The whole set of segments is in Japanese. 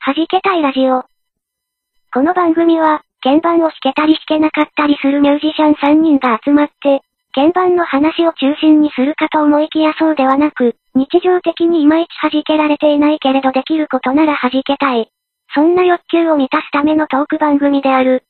弾けたいラジオ。この番組は、鍵盤を弾けたり弾けなかったりするミュージシャン3人が集まって、鍵盤の話を中心にするかと思いきやそうではなく、日常的にいまいち弾けられていないけれどできることなら弾けたい。そんな欲求を満たすためのトーク番組である。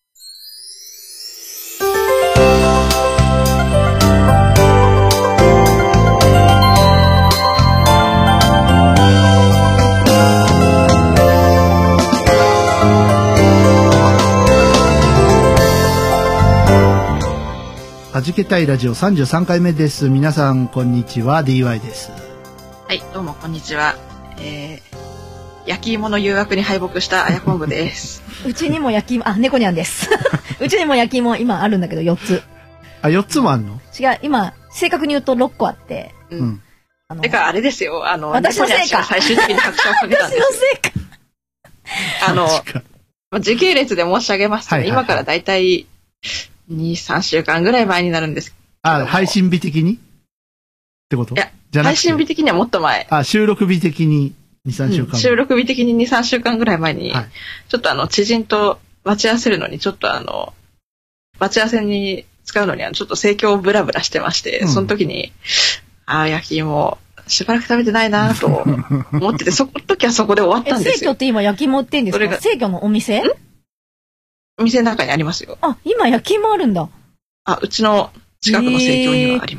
はじけたいラジオ33回目です。皆さんこんにちは、 DY です。 はい、どうもこんにちは。焼き芋の誘惑に敗北したあやこんぶです。 うちにも焼き芋、猫にゃんです。うちにも焼き芋今あるんだけど4つ。 あ、4つもあんの？ 違う、今正確に言うと6個あって。 うん。てかあれですよ、 私のせいか。 最終的に拍車をかけたんです。 私のせいか。時系列で申し上げますと、今からだいたい2、3週間ぐらい前になるんですけど。 あ、配信日的にってこと？ いや、配信日的にはもっと前。 あ、収録日的に2、3週間前。 収録日的に2、3週間ぐらい前に、ちょっと知人と待ち合わせるのに、ちょっと待ち合わせに使うのにはちょっと盛況をブラブラしてまして、その時に、焼き芋、しばらく食べてないなと思ってて、その時はそこで終わったんですよ。 盛況って今焼き芋売ってんですか？盛況のお店？ お店の中にありますよ。 あ、今焼き芋あるんだ。 うちの近くの盛況にはあります。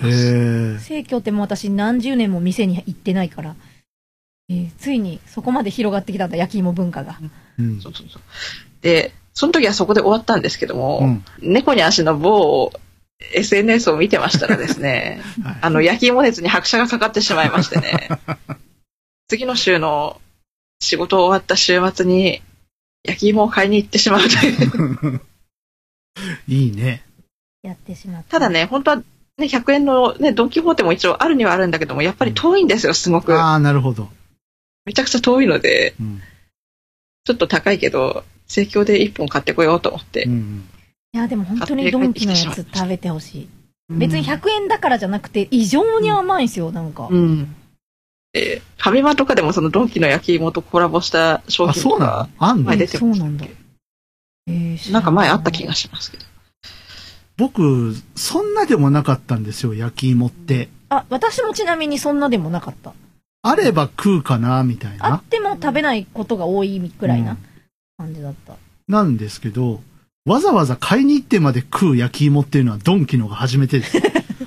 盛況ってもう私何十年も店に行ってないから、ついにそこまで広がってきたんだ、焼き芋文化が。 そう。で、その時はそこで終わったんですけども、猫に足の某 SNS を見てましたらですね、焼き芋熱に拍車がかかってしまいましてね、次の週の仕事終わった週末に焼き芋を買いに行ってしまうという。 いいね。 やってしまった。 ただね、本当はね、100円のね、ドンキホーテも一応あるにはあるんだけども、やっぱり遠いんですよ、すごく。 ああ、なるほど。 めちゃくちゃ遠いので、ちょっと高いけど、盛況で1本買ってこようと思って。 いや、でも本当にドンキのやつ食べてほしい。別に100円だからじゃなくて、異常に甘いんですよ、なんか。ファミマとかでもそのドンキの焼き芋とコラボした商品とか前出てましたっけ？なんか前あった気がしますけど。 僕、そんなでもなかったんですよ、焼き芋って。 私もちなみにそんなでもなかった。 あれば食うかな、みたいな。 あっても食べないことが多いくらいな感じだった。 なんですけど、わざわざ買いに行ってまで食う焼き芋っていうのはドンキのが初めてです。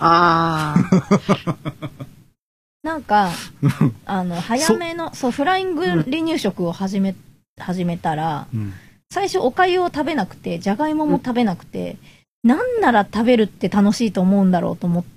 なんか、早めの、フライング離乳食を始めたら、最初お粥を食べなくて、じゃがいもも食べなくて、なんなら食べるって楽しいと思うんだろうと思って、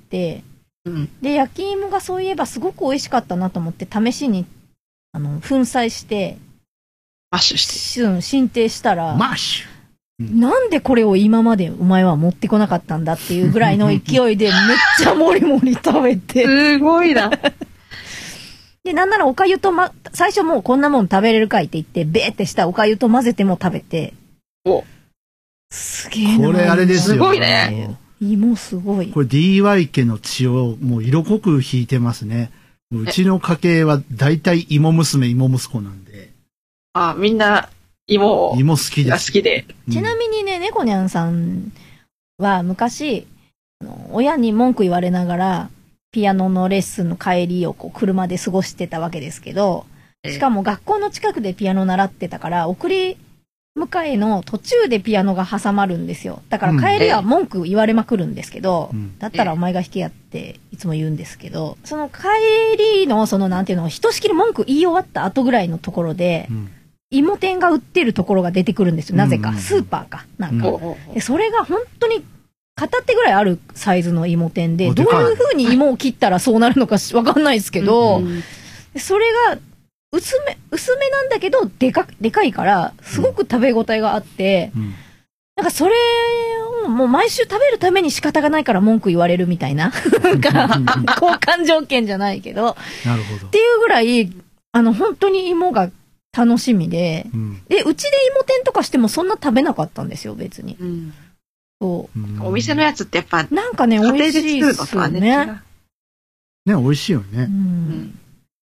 で、焼き芋がそういえばすごく美味しかったなと思って、試しに、粉砕して、 マッシュして。 進呈したら、 マッシュなんでこれを今までお前は持ってこなかったんだっていうぐらいの勢いでめっちゃもりもり食べて。 すごいな。 で、なんならおかゆと最初もうこんなもん食べれるかいって言って、ベーってしたおかゆと混ぜても食べて。すげえな。 これあれですよ。 すごいね。 芋すごい。 これ DY 家の血をもう色濃く引いてますね。うちの家系は大体芋娘、芋息子なんで。 みんな芋好きです。 好きで。 ちなみにね、猫にゃんさんは昔、親に文句言われながら、ピアノのレッスンの帰りを車で過ごしてたわけですけど、しかも学校の近くでピアノ習ってたから、送り迎えの途中でピアノが挟まるんですよ。だから帰りは文句言われまくるんですけど、だったらお前が弾けやっていつも言うんですけど、その帰りのなんていうの、ひとしきり文句言い終わった後ぐらいのところで、芋店が売ってるところが出てくるんですよ。なぜか。スーパーか。なんか。でそれが本当に片手ぐらいあるサイズの芋店で、どういう風に芋を切ったらそうなるのかわかんないですけど、それが薄めなんだけど、でかいから、すごく食べ応えがあって、なんかそれをもう毎週食べるために仕方がないから文句言われるみたいな、なんか、交換条件じゃないけど、 なるほど。 っていうぐらい、本当に芋が楽しみで、うちで芋店とかしてもそんな食べなかったんですよ、別に。 お店のやつってやっぱ、 なんかね、美味しいですよね。 ね、美味しいよね。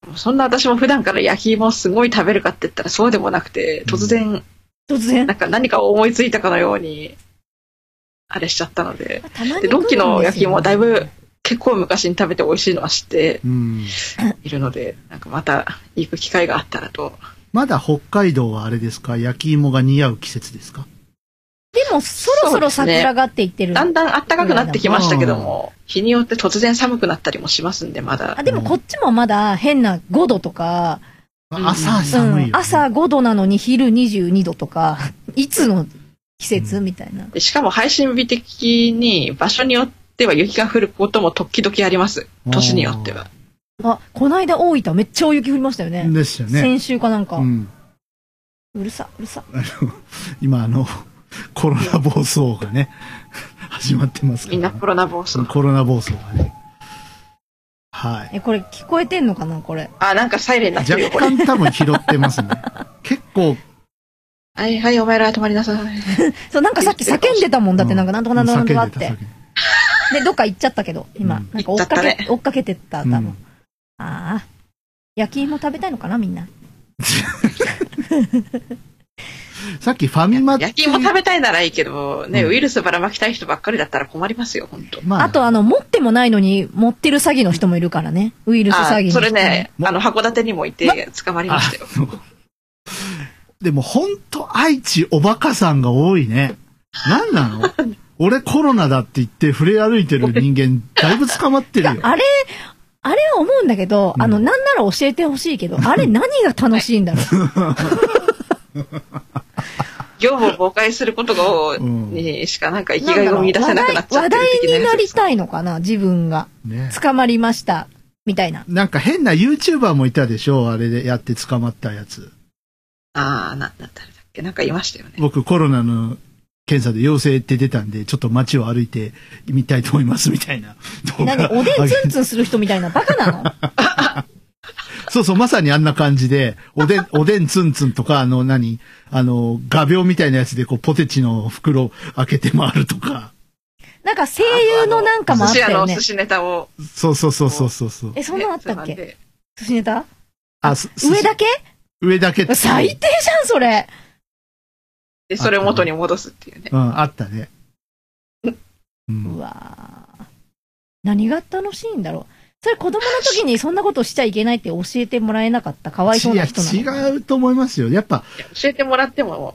そんな私も普段から焼き芋すごい食べるかって言ったらそうでもなくて、突然、なんか何か思いついたかのように、あれしちゃったので。で、ドンキの焼き芋はだいぶ結構昔に食べて美味しいのは知っているので、なんかまた行く機会があったらと。 まだ北海道はあれですか、焼き芋が似合う季節ですか？ でも、そろそろ桜がって言ってる、 だんだん暖かくなってきましたけども、日によって突然寒くなったりもしますんで、まだ。 でもこっちもまだ変な5度とか、 朝寒いよ、ね、 朝5度なのに昼22度とか、いつの季節みたいな。 しかも配信日的に場所によっては雪が降ることも時々あります。年によっては。 この間大分めっちゃ大雪降りましたよね。 ですよね。 先週かなんか。うるさ。 今コロナ暴走がね、始まってますから、ね。 みんなコロナ暴走。 コロナ暴走がね。はい。 これ聞こえてんのかなこれ。 なんかサイレンになってるよ、これ。 若干多分拾ってますね。結構。 はい、お前ら止まりなさい。 そう、なんかさっき叫んでたもんだって、なんかなんとかなんとかって。で、どっか行っちゃったけど、今。なんか追っかけてった、多分。焼き芋食べたいのかなみんな。 さっきファミマって。 焼き芋食べたいならいいけど、ね、ウイルスばらまきたい人ばっかりだったら困りますよ、本当。 あと、持ってもないのに、持ってる詐欺の人もいるからね。ウイルス詐欺の人。 それね、函館にもいて、捕まりましたよ。 でも、ほんと、愛知おバカさんが多いね。なんなの俺コロナだって言って触れ歩いてる人間、だいぶ捕まってるよ。 あれは思うんだけど、なんなら教えてほしいけど、あれ何が楽しいんだろう。 業務を妨害することにしかなんか生きがいを見出せなくなっちゃってる話題になりたいのかな自分が。ね、捕まりました。みたいな。 なんか変な YouTuber もいたでしょあれでやって捕まったやつ。 なんだったっけなんかいましたよね。 僕コロナの検査で陽性って出たんで、ちょっと街を歩いてみたいと思いますみたいな動画。 おでんツンツンする人みたいなバカなのそう、まさにあんな感じで、おでんツンツンとか、画鋲みたいなやつでポテチの袋開けて回るとか。 なんか声優のなんかもあったよね。 寿司ネタを。 そう。そんなあったっけ寿司ネタ上だけ最低じゃん、それ。 で、それを元に戻すっていうね。 あったね。 うわぁ。何が楽しいんだろう。それ子供の時にそんなことしちゃいけないって教えてもらえなかったかわいそうな人なの。 違うと思いますよ。やっぱ。 教えてもらっても。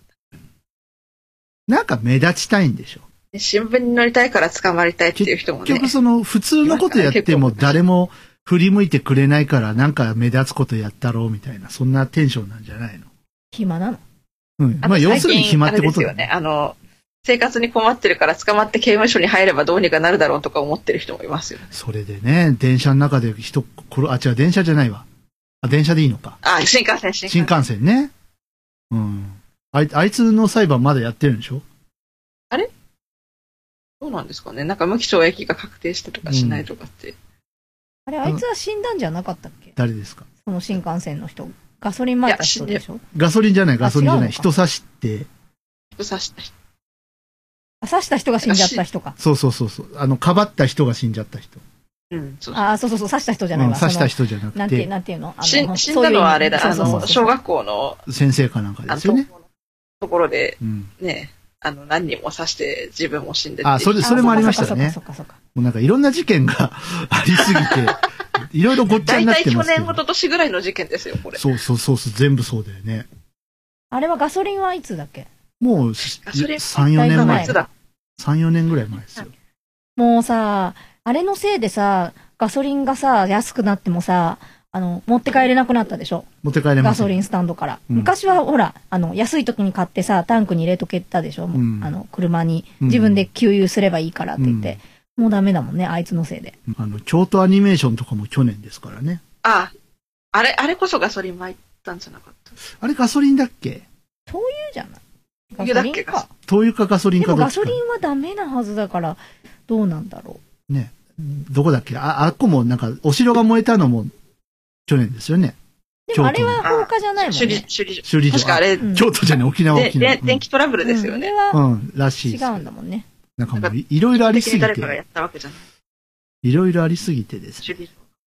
なんか目立ちたいんでしょ。 新聞に載りたいから捕まりたいっていう人もね。 結局普通のことやっても誰も振り向いてくれないからなんか目立つことやったろうみたいな、そんなテンションなんじゃないの？ 暇なの？ 要するに暇ってことだよね。生活に困ってるから捕まって刑務所に入ればどうにかなるだろうとか思ってる人もいますよね。 それでね、電車の中で違う、電車じゃないわ。電車でいいのか。 新幹線ね。あいつの裁判まだやってるんでしょ？ あれ？どうなんですかね。なんか無期懲役が確定したとかしないとかって。 あいつは死んだんじゃなかったっけ？ 誰ですか？ その新幹線の人。ガソリン撒いた人でしょ？ ガソリンじゃない。人刺して。 人刺した人。 刺した人が死んじゃった人か。 そう。かばった人が死んじゃった人。 そう。 刺した人じゃないわ。 刺した人じゃなくて。 なんていうの？死んだのはあれだ。小学校の。 先生かなんかですよね。 ところで、ね、何人も刺して自分も死んでて。それもありましたね。もうなんかいろんな事件がありすぎて、いろいろごっちゃになってますけど。 大体去年、一昨年ぐらいの事件ですよ、これ。 そう、全部そうだよね。 あれはガソリンはいつだっけ？ もう、3、4年前。3、4年ぐらい前ですよ。 もうさ、あれのせいでさ、ガソリンがさ、安くなってもさ、持って帰れなくなったでしょ？ 持って帰れます。 ガソリンスタンドから。昔はほら、安い時に買ってさ、タンクに入れとけたでしょ？車に。自分で給油すればいいからって言って。もうダメだもんね、あいつのせいで。 京都アニメーションとかも去年ですからね。 あれこそガソリン巻いたんじゃなかった？ あれガソリンだっけ？ 灯油じゃない？ ガソリンか。 灯油かガソリンかどっちか。 でもガソリンはダメなはずだから、どうなんだろう。ね。どこだっけ？あっこもなんか、お城が燃えたのも去年ですよね。 でもあれは放火じゃないもんね。 首里城。 確かあれ、 京都じゃね、沖縄。 電気トラブルですよね。 らしい。 違うんだもんね。 なんかもういろいろありすぎて。 誰かがやったわけじゃない。 いろいろありすぎてですね。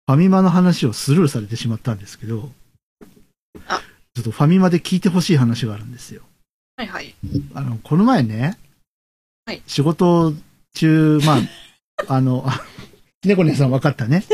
ファミマの話をスルーされてしまったんですけど、ちょっとファミマで聞いてほしい話があるんですよ。 はいはい。 この前ね、 はい、 仕事中、猫姉さん分かったね。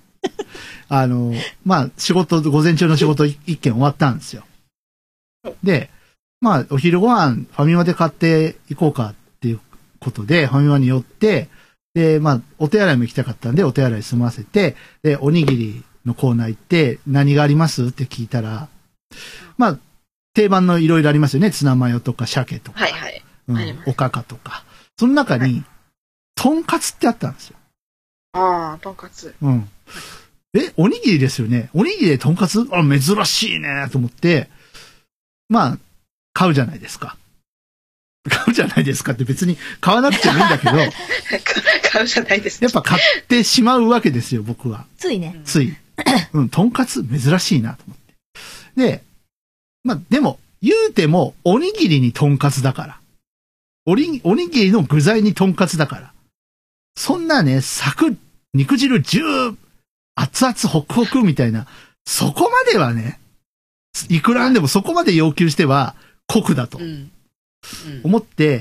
午前中の仕事一件終わったんですよ。で、お昼ご飯ファミマで買っていこうかっていうことで、ファミマに寄って、で、お手洗いも行きたかったんで、お手洗い済ませて、で、おにぎりのコーナー行って、何がありますって聞いたら、定番のいろいろありますよね。ツナマヨとか鮭とか。 はいはい。 おかかとか。その中に、とんかつってあったんですよ。 ああ、とんかつ。 うん。おにぎりですよね。おにぎりでとんかつ珍しいねと思って、買うじゃないですか。買うじゃないですかって別に買わなくてもいいんだけど。 買うじゃないですやっぱ買ってしまうわけですよ、僕は。 ついね。 つい。とんかつ珍しいなと思って。で、でも、言うても、おにぎりにとんかつだから。おにぎりの具材にとんかつだから。そんなね、肉汁熱々ホクホクみたいな、そこまではね、いくらなんでもそこまで要求しては酷だと。思って、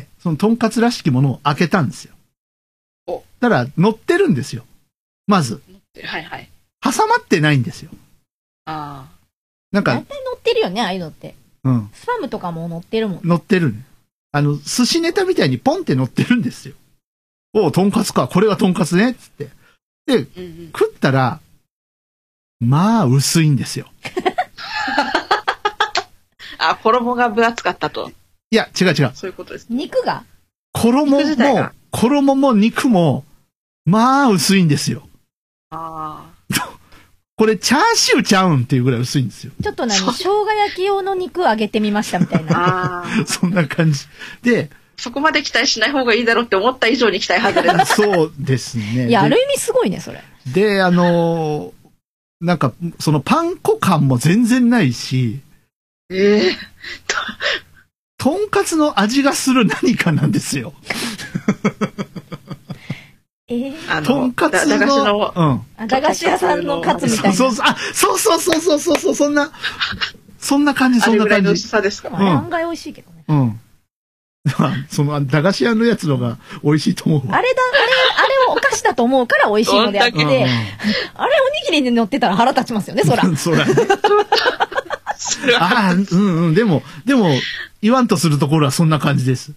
そのとんかつらしきものを開けたんですよ。ただ、乗ってるんですよ。まず。 はいはい。 挟まってないんですよ。 ああ。 大体乗ってるよね、ああいうのって。 うん。 スパムとかも乗ってるもん。 乗ってるね。寿司ネタみたいにポンって乗ってるんですよ。とんかつか、これがとんかつね、つって。で、食ったら、薄いんですよ。 衣が分厚かったと。 いや、違う。 そういうことです。 肉が衣も肉も、薄いんですよ。 ああ。 これ、チャーシューちゃうんっていうぐらい薄いんですよ。 ちょっと生姜焼き用の肉揚げてみましたみたいな。 そんな感じ。で、 そこまで期待しない方がいいだろうって思った以上に期待外れだ。 そうですね。 いや、ある意味すごいね、それ。 で、そのパン粉感も全然ないし、とんかつの味がする何かなんですよ。とんかつの、 駄菓子屋さんのカツみたいな。 そう、そんな感じ。 あれぐらいの薄さですか？ 案外美味しいけどね。 その駄菓子屋のやつのが美味しいと思う。 あれをお菓子だと思うから美味しいのであって、あれおにぎりに乗ってたら腹立ちますよね、そら。 そら。でも、言わんとするところはそんな感じです。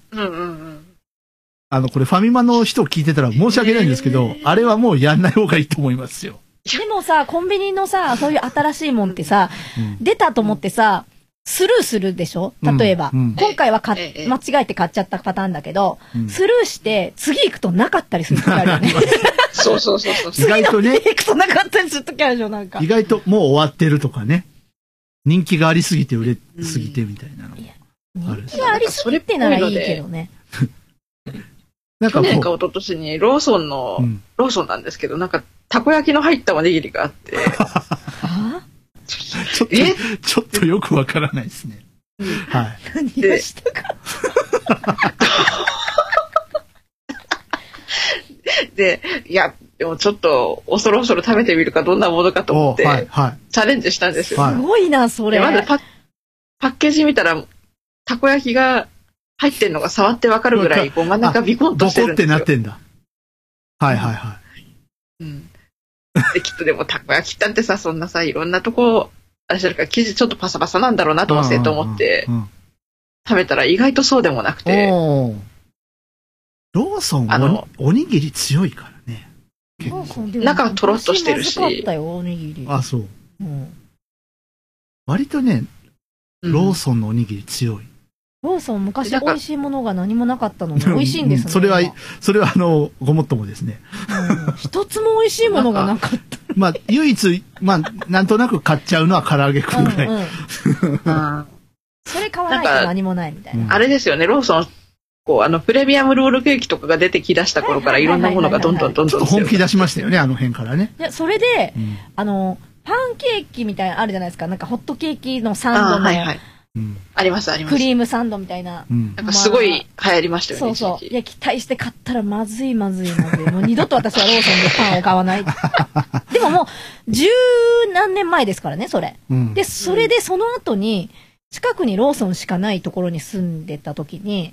これファミマの人聞いてたら申し訳ないんですけど、あれはもうやんない方がいいと思いますよ。 でもさ、コンビニのさ、そういう新しいもんってさ、出たと思ってさ、スルーするでしょ？例えば。今回は間違えて買っちゃったパターンだけど、スルーして、次行くとなかったりする時あるよね。 そう。 意外とね。 次行くとなかったりする時あるでしょ、なんか。 意外ともう終わってるとかね。人気がありすぎて売れすぎてみたいなの。 人気がありすぎてならいいけどね。 去年か一昨年にローソンなんですけど、たこ焼きの入ったおにぎりがあって。 ちょっとよくわからないですね。はい。 何がしたか。 で、でもちょっと恐る食べてみるかどんなものかと思って、チャレンジしたんですよ。 すごいな、それ。 まずパッケージ見たら、たこ焼きが入ってんのが触ってわかるぐらい、真ん中ビコンとしてるんですよ。 ボコってなってんだ。はい。 で、きっとでもたこ焼きってさ、そんなさ、いろんなとこ、あれしてるから生地ちょっとパサパサなんだろうなと思って、食べたら意外とそうでもなくて。 ローソンはおにぎり強いからね。 結構。 中はとろっとしてるし。 あ、そう。割とね、ローソンのおにぎり強い。 ローソン昔美味しいものが何もなかったのに美味しいんですね。 それはごもっともですね。 一つも美味しいものがなかった。 唯一、なんとなく買っちゃうのは唐揚げくんぐらい。 それ買わないと何もないみたいな。 あれですよね、ローソン、プレミアムロールケーキとかが出てきだした頃からいろんなものがどんどん。ちょっと本気出しましたよね、あの辺からね。 いや、それで、パンケーキみたいなのあるじゃないですか。ホットケーキのサンドの、 あります、あります。 クリームサンドみたいな。 なんかすごい流行りましたよね。 そうそう。いや、期待して買ったらまずい。もう二度と私はローソンでパンを買わない。でももう、十何年前ですからね、それ。で、それでその後に、近くにローソンしかないところに住んでた時に、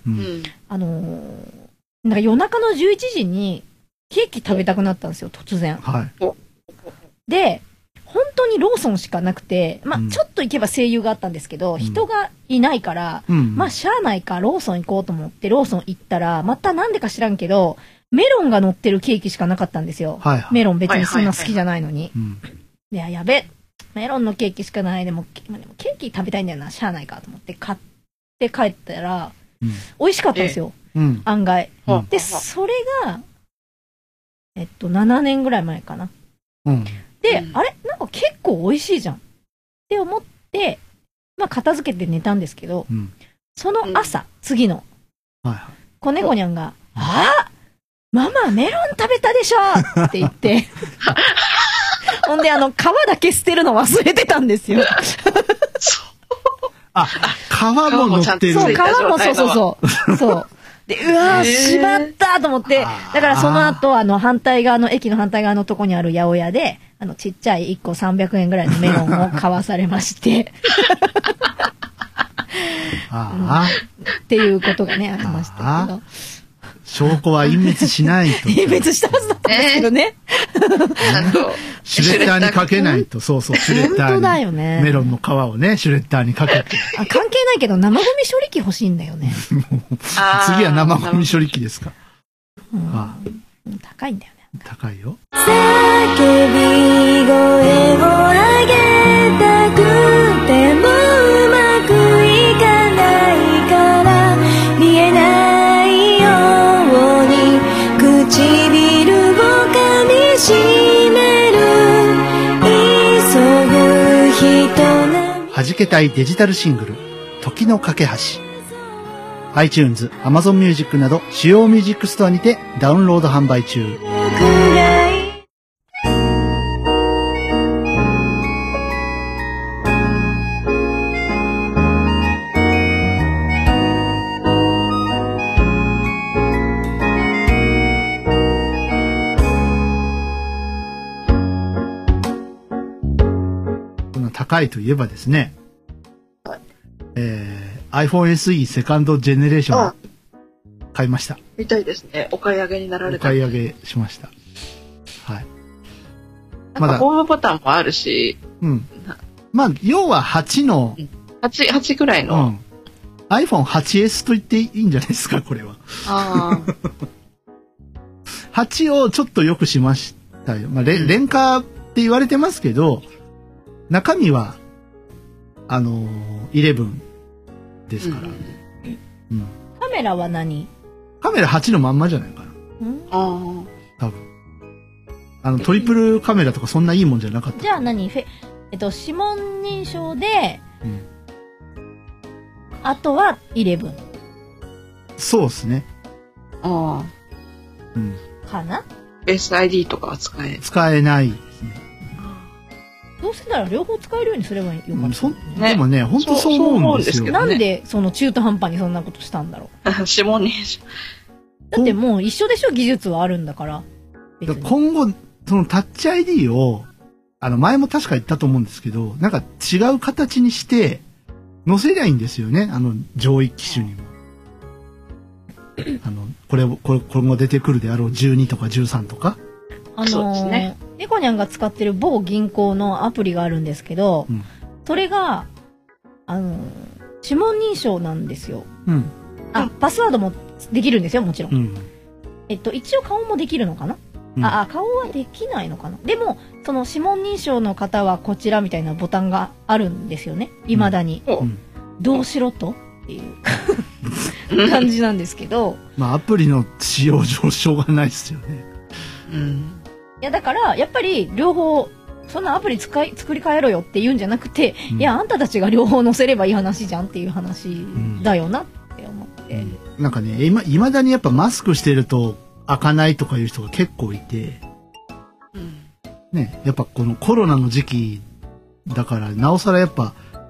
なんか夜中の11時にケーキ食べたくなったんですよ、突然。で、本当にローソンしかなくて、まあ、ちょっと行けば声優があったんですけど、人がいないから、まあ、しゃあないか、ローソン行こうと思って、ローソン行ったら、またなんでか知らんけど、メロンが乗ってるケーキしかなかったんですよ。メロン別にそんな好きじゃないのに。で、やべ、メロンのケーキしかない。でもケーキ食べたいんだよな、しゃあないかと思って買って帰ったら、美味しかったんですよ。案外。で、それが、7年ぐらい前かな。で、あれなんか結構美味しいじゃん。って思って、まあ片付けて寝たんですけど、その朝、次の、子猫にゃんが、ママメロン食べたでしょって言って、ほんで皮だけ捨てるの忘れてたんですよ。 あ、皮も乗ってる。 そう、皮もそう。で、うわー、しまったと思って、だからその後、反対側の、駅の反対側のとこにある八百屋で、ちっちゃい1個300円ぐらいのメロンを買わされまして、っていうことがね、ありましたけど。 証拠は隠滅しないと。 隠滅したはずだったんですけどね。 ちゃんと。 シュレッダーにかけないと、そう、シュレッダーに。 本当だよね。 メロンの皮をね、シュレッダーにかけて。 関係ないけど、生ゴミ処理機欲しいんだよね。 次は生ゴミ処理機ですか。 高いんだよね。 高いよ。 叫び声を上げたくてもうまくいかないから見えないように唇を噛みしめる急ぐ人並み弾けたいデジタルシングル時の架け橋 iTunes、Amazon Music など主要ミュージックストアにてダウンロード販売中。この高いといえばですね、iPhone SE セカンドジェネレーション買いました。 みたいですね。お買い上げになられた。 お買い上げしました。はい。 まだホームボタンもあるし。 まあ、要は8の。 8ぐらいの。 iPhone 8S と言っていいんじゃないですか、これは。8をちょっと良くしましたよ。まあ、廉価って言われてますけど、中身は、11ですから。 カメラは何？ カメラ8のまんまじゃないかな。多分。トリプルカメラとかそんないいもんじゃなかった。 じゃあ何？指紋認証で、あとは11。 そうですね。 かな？ ベース ID とかは使えないですね。 どうせなら両方使えるようにすればいいよかった。 でもね、本当そう思うんですよ。 なんでその中途半端にそんなことしたんだろう。指紋認証。 だってもう一緒でしょ、技術はあるんだから。 今後、そのタッチ ID を、前も確か言ったと思うんですけど、なんか違う形にして、載せりゃいいんですよね、上位機種にも。今後出てくるであろう12とか13とか。 そうですね。 猫ニャンが使ってる某銀行のアプリがあるんですけど、それが、指紋認証なんですよ。パスワードもできるんですよ、もちろん。一応顔もできるのかな？顔はできないのかな？でも、その指紋認証の方はこちらみたいなボタンがあるんですよね、未だに。どうしろとっていう感じなんですけど。 まあ、アプリの使用上しょうがないですよね。 いや、だから、やっぱり、両方、そんなアプリ作り変えろよって言うんじゃなくて、いや、あんたたちが両方載せればいい話じゃんっていう話だよなって思って。 なんかね、未だにやっぱマスクしてると開かないとかいう人が結構いて、ね、やっぱこのコロナの時期だから、なおさらやっぱ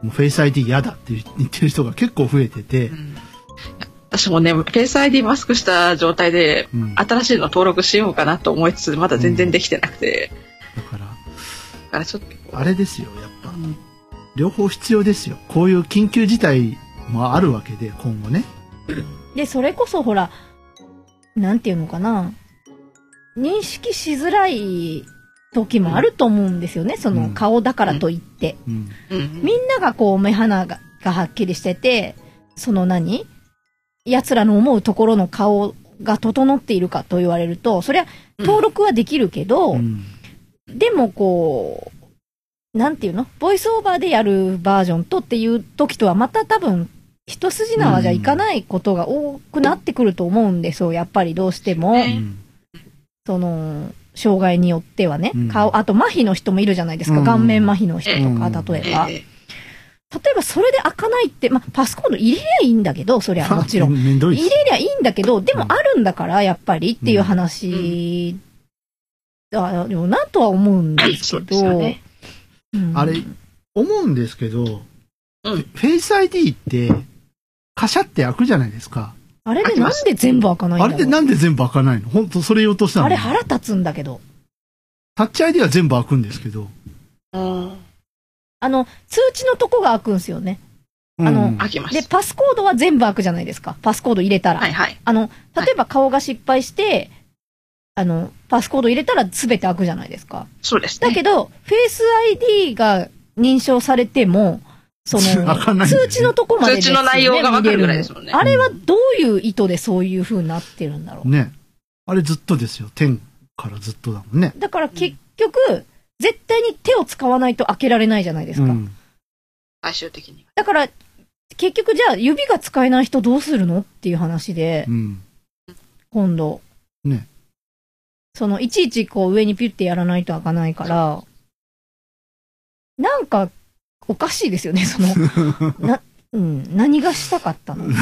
もうフェイス ID 嫌だって言ってる人が結構増えてて、 私もね、フェイス ID マスクした状態で、新しいの登録しようかなと思いつつ、まだ全然できてなくて。 だからちょっと。 あれですよ、やっぱ。両方必要ですよ。こういう緊急事態もあるわけで、今後ね。 で、それこそほら、なんていうのかな。認識しづらい時もあると思うんですよね。その顔だからといって。みんながこう目鼻がはっきりしてて、その奴らの思うところの顔が整っているかと言われると、そりゃ登録はできるけど、でもこう、なんていうの？ボイスオーバーでやるバージョンとっていう時とはまた多分一筋縄じゃいかないことが多くなってくると思うんですよ。やっぱりどうしても。その、障害によってはね。あと麻痺の人もいるじゃないですか。顔面麻痺の人とか、例えば。例えばそれで開かないって、パスコード入れりゃいいんだけど、そりゃもちろん。入れりゃいいんだけど、でもあるんだから、やっぱりっていう話だよなとは思うんですけど。 あれ、思うんですけど、フェイス ID って、カシャって開くじゃないですか。 あれでなんで全部開かないんだろう。 あれでなんで全部開かないの？本当それ言おうとしたの。 あれ腹立つんだけど。 タッチ ID は全部開くんですけど。 通知のとこが開くんですよね。 開きます。 で、パスコードは全部開くじゃないですか。パスコード入れたら。例えば顔が失敗して、パスコード入れたら全て開くじゃないですか。 そうですね。 だけど、フェイス ID が認証されても、その、通知のとこまでですよね。 通知の内容が分かるぐらいですもんね。 あれはどういう意図でそういう風になってるんだろう。 ね。あれずっとですよ。10からずっとだもんね。 だから結局、絶対に手を使わないと開けられないじゃないですか。 最終的に。 だから、結局じゃあ指が使えない人どうするのっていう話で、今度。 ね。 いちいちこう上にピュッてやらないと開かないから、なんか、おかしいですよね、何がしたかったの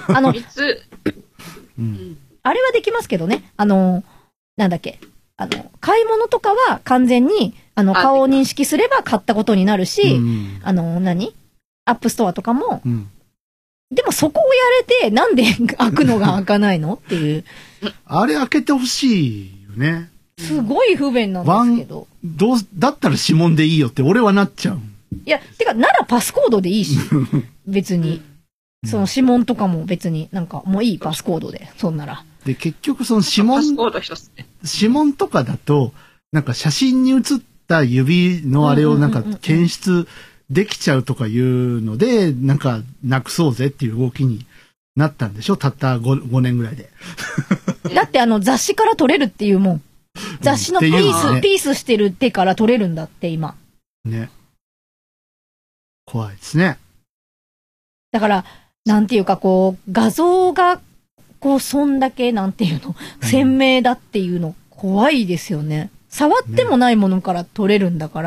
あれはできますけどね、なんだっけ、買い物とかは完全に、顔を認識すれば買ったことになるし、アップストアとかも、でもそこをやれて、なんで開くのが開かないのっていう。 あれ開けてほしいよね。 すごい不便なんですけど。 だったら指紋でいいよって俺はなっちゃう。 いや、てか、ならパスコードでいいし、別に。その指紋とかも別になんかもういいパスコードで、そんなら。 で、結局その指紋とかだと、なんか写真に写った指のあれをなんか検出できちゃうとかいうので、なんかなくそうぜっていう動きになったんでしょ？たった5年ぐらいで。 だって雑誌から撮れるっていうもん。雑誌のピースしてる手から撮れるんだって今。 ね。怖いですね。 だから、なんていうかこう、画像が、こう、そんだけ、なんていうの、鮮明だっていうの、怖いですよね。触ってもないものから撮れるんだから、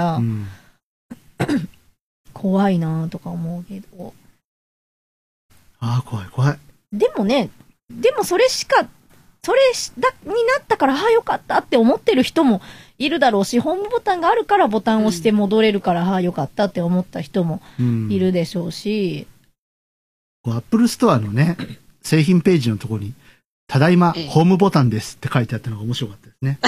怖いなぁとか思うけど。 ああ、怖い怖い。 でもね、それになったから、よかったって思ってる人もいるだろうし、ホームボタンがあるからボタンを押して戻れるから、よかったって思った人もいるでしょうし。 アップルストアのね、製品ページのところに、ただいまホームボタンですって書いてあったのが面白かったですね。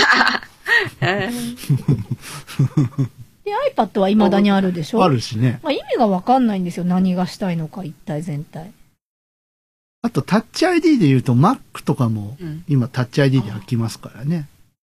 で、 iPad は未だにあるでしょ？ あるしね。 意味がわかんないんですよ。何がしたいのか、一体全体。 あと、タッチ ID で言うと、Mac とかも、今、タッチ ID で開きますからね。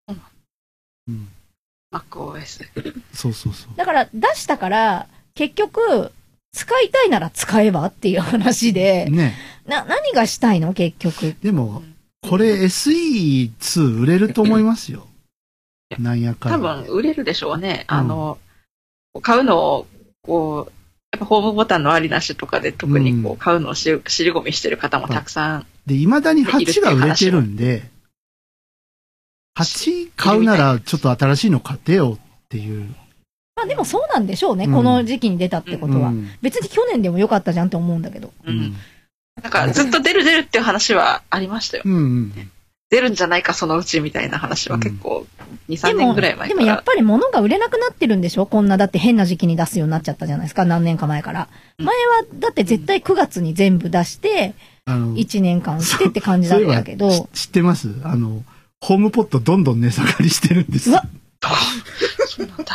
MacOS。 そう。 だから、出したから、結局、使いたいなら使えばっていう話で、何がしたいの結局。 でも、これ SE2 売れると思いますよ。なんやかんや。 多分、売れるでしょうね。買うのを、こう、やっぱホームボタンのありなしとかで特にこう買うのを尻込みしてる方もたくさん。 で、未だに8が売れてるんで、8買うならちょっと新しいの買ってよっていう。 でもそうなんでしょうね。この時期に出たってことは。別に去年でもよかったじゃんって思うんだけど。 なんかずっと出るっていう話はありましたよ。 出るんじゃないか、そのうちみたいな話は結構、2、3年ぐらい前から。 でもやっぱり物が売れなくなってるんでしょ？こんな、だって変な時期に出すようになっちゃったじゃないですか、何年か前から。前は、だって絶対9月に全部出して、1年間してって感じだったけど。 知ってます？ホームポットどんどん値下がりしてるんです。 うわそうなんだ。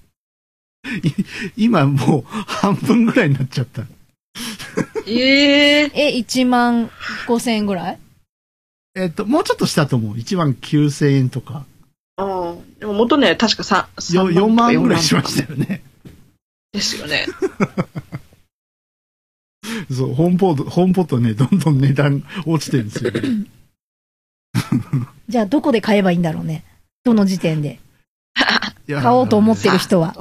今もう半分ぐらいになっちゃった。 1万5,000円ぐらい？ もうちょっとしたと思う。1万9,000円とか。 でも元ね、確か 4万ぐらいしましたよね。 ですよね。 そう、ホームポットね、どんどん値段落ちてるんですよ、ね。 じゃあどこで買えばいいんだろうね。どの時点で。買おうと思ってる人は。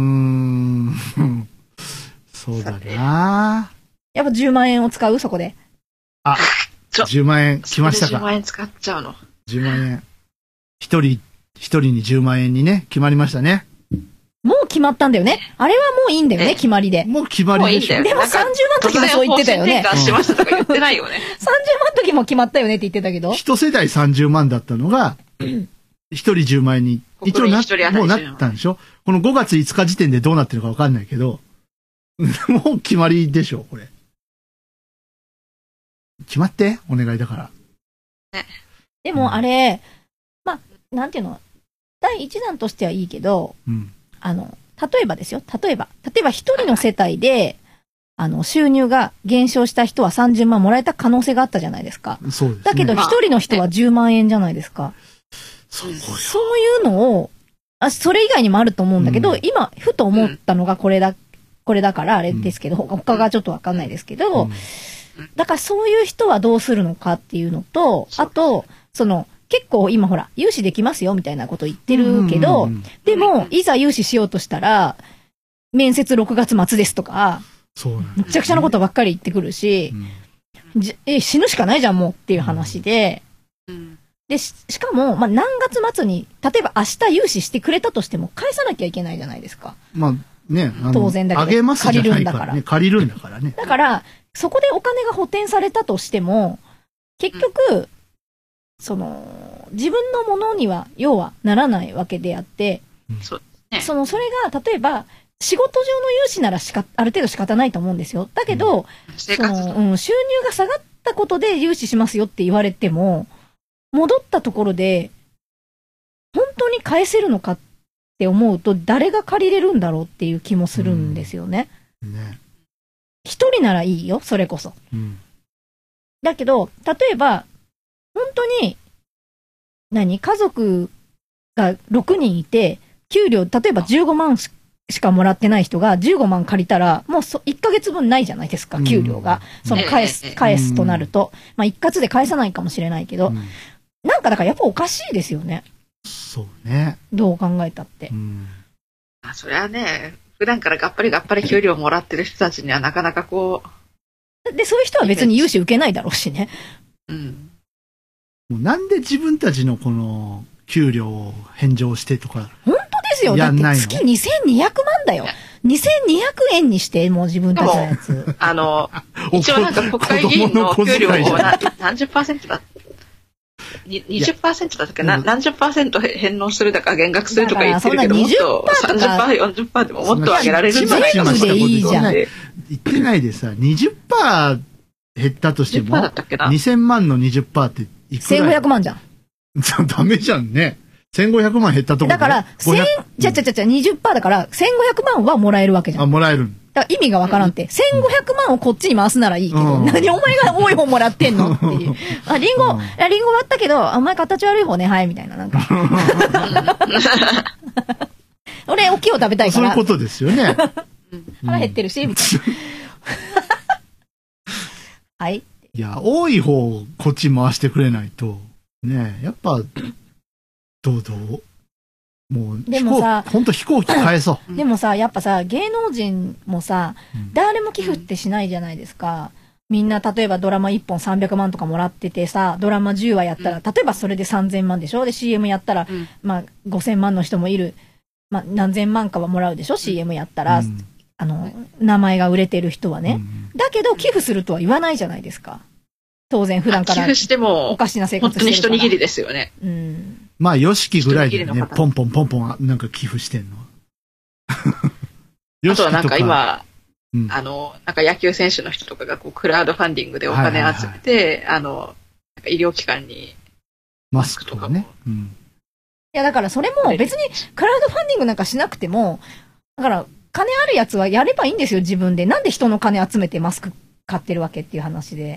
そうだな。 やっぱ10万円を使うそこで。 10万円来ましたか。 10万円使っちゃうの。 10万円。一人に10万円にね、決まりましたね。 もう決まったんだよね。あれはもういいんだよね、決まりで。 もう決まりでしょ。 でも30万の時もそう言ってたよね。 しましたとか言ってないよね。 30万の時も決まったよねって言ってたけど。 一世代30万だったのが、一人10万円に、一応もうなったんでしょ？この5月5日時点でどうなってるかわかんないけど、もう決まりでしょ、これ。決まって、お願いだから。 でもあれ、まあ、なんていうの、第一弾としてはいいけど、例えばですよ、例えば一人の世帯で、収入が減少した人は30万もらえた可能性があったじゃないですか。 そうですね。 だけど一人の人は10万円じゃないですか。そういうのを、それ以外にもあると思うんだけど、今、ふと思ったのがこれだからあれですけど、他がちょっとわかんないですけど、だからそういう人はどうするのかっていうのと、あと、結構今ほら、融資できますよみたいなこと言ってるけど、でも、いざ融資しようとしたら、面接6月末ですとか、むちゃくちゃなことばっかり言ってくるし、死ぬしかないじゃんもうっていう話で、で、しかも、まあ、何月末に、例えば明日融資してくれたとしても返さなきゃいけないじゃないですか。 まあね、 当然だけど。 あげますじゃないからね。借りるんだからね。 だから、そこでお金が補填されたとしても、結局、自分のものには、要はならないわけであって、それが、例えば、仕事上の融資ならある程度仕方ないと思うんですよ。だけど、収入が下がったことで融資しますよって言われても、戻ったところで、本当に返せるのかって思うと、誰が借りれるんだろうっていう気もするんですよね。一人ならいいよ、それこそ。だけど、例えば、本当に、家族が6人いて、給料、例えば15万しかもらってない人が15万借りたら、もう1ヶ月分ないじゃないですか、給料が。返すとなると。まあ、一括で返さないかもしれないけど、だからやっぱおかしいですよね。 そうね。 どう考えたって。 それはね、普段からがっぱり給料もらってる人たちにはなかなかで、そういう人は別に融資受けないだろうしね。 もうなんで自分たちのこの給料を返上してとか。 本当ですよ。だって月2200万だよ。2200円にして、もう自分たちのやつ。 一応なんか国会議員の給料を何十%だ20% だったっけな、何十%返納するだか減額するとか言ってるけど、もっと 30%、40% でももっと上げられるんじゃないかな。 でいいじゃん。 言ってないでさ、20% 減ったとしても、2000万の 20% っていくら 1500万じゃん。 ダメじゃんね。1500万減ったところで。 だから、20% だから、1500万はもらえるわけじゃん。 もらえる。 だから意味がわからんって。1500万をこっちに回すならいいけど、何お前が多い方もらってんのっていう。リンゴ割ったけど、お前形悪い方ね、はい、みたいな、なんか。俺、大きい方食べたいから。 そういうことですよね。 腹減ってるし、みたいな。はい。 いや、多い方をこっち回してくれないと、ね、やっぱ、どうもう、 でもさ、 ほんと飛行機返そう。 でもさ、やっぱさ、芸能人もさ、誰も寄付ってしないじゃないですか。みんな、例えばドラマ1本300万とかもらっててさ、ドラマ10話やったら、例えばそれで3000万でしょ？で、CM やったら、まあ、5000万の人もいる。まあ、何千万かはもらうでしょ？ CM やったら。名前が売れてる人はね。だけど、寄付するとは言わないじゃないですか。 当然普段から寄付しても、 おかしな生活本当にしてるから。 一握りですよね。 うん。 まあ、ヨシキぐらいでね、 一人きりの方ポンポンポンポンなんか寄付してんの。 あとはなんか今、 うんなんか野球選手の人とかがこうクラウドファンディングでお金集めて、なんか医療機関にマスクとかね。うんいや、だからそれも別にクラウドファンディングなんかしなくても、だから金あるやつはやればいいんですよ、自分で。なんで人の金集めてマスク買ってるわけっていう話で。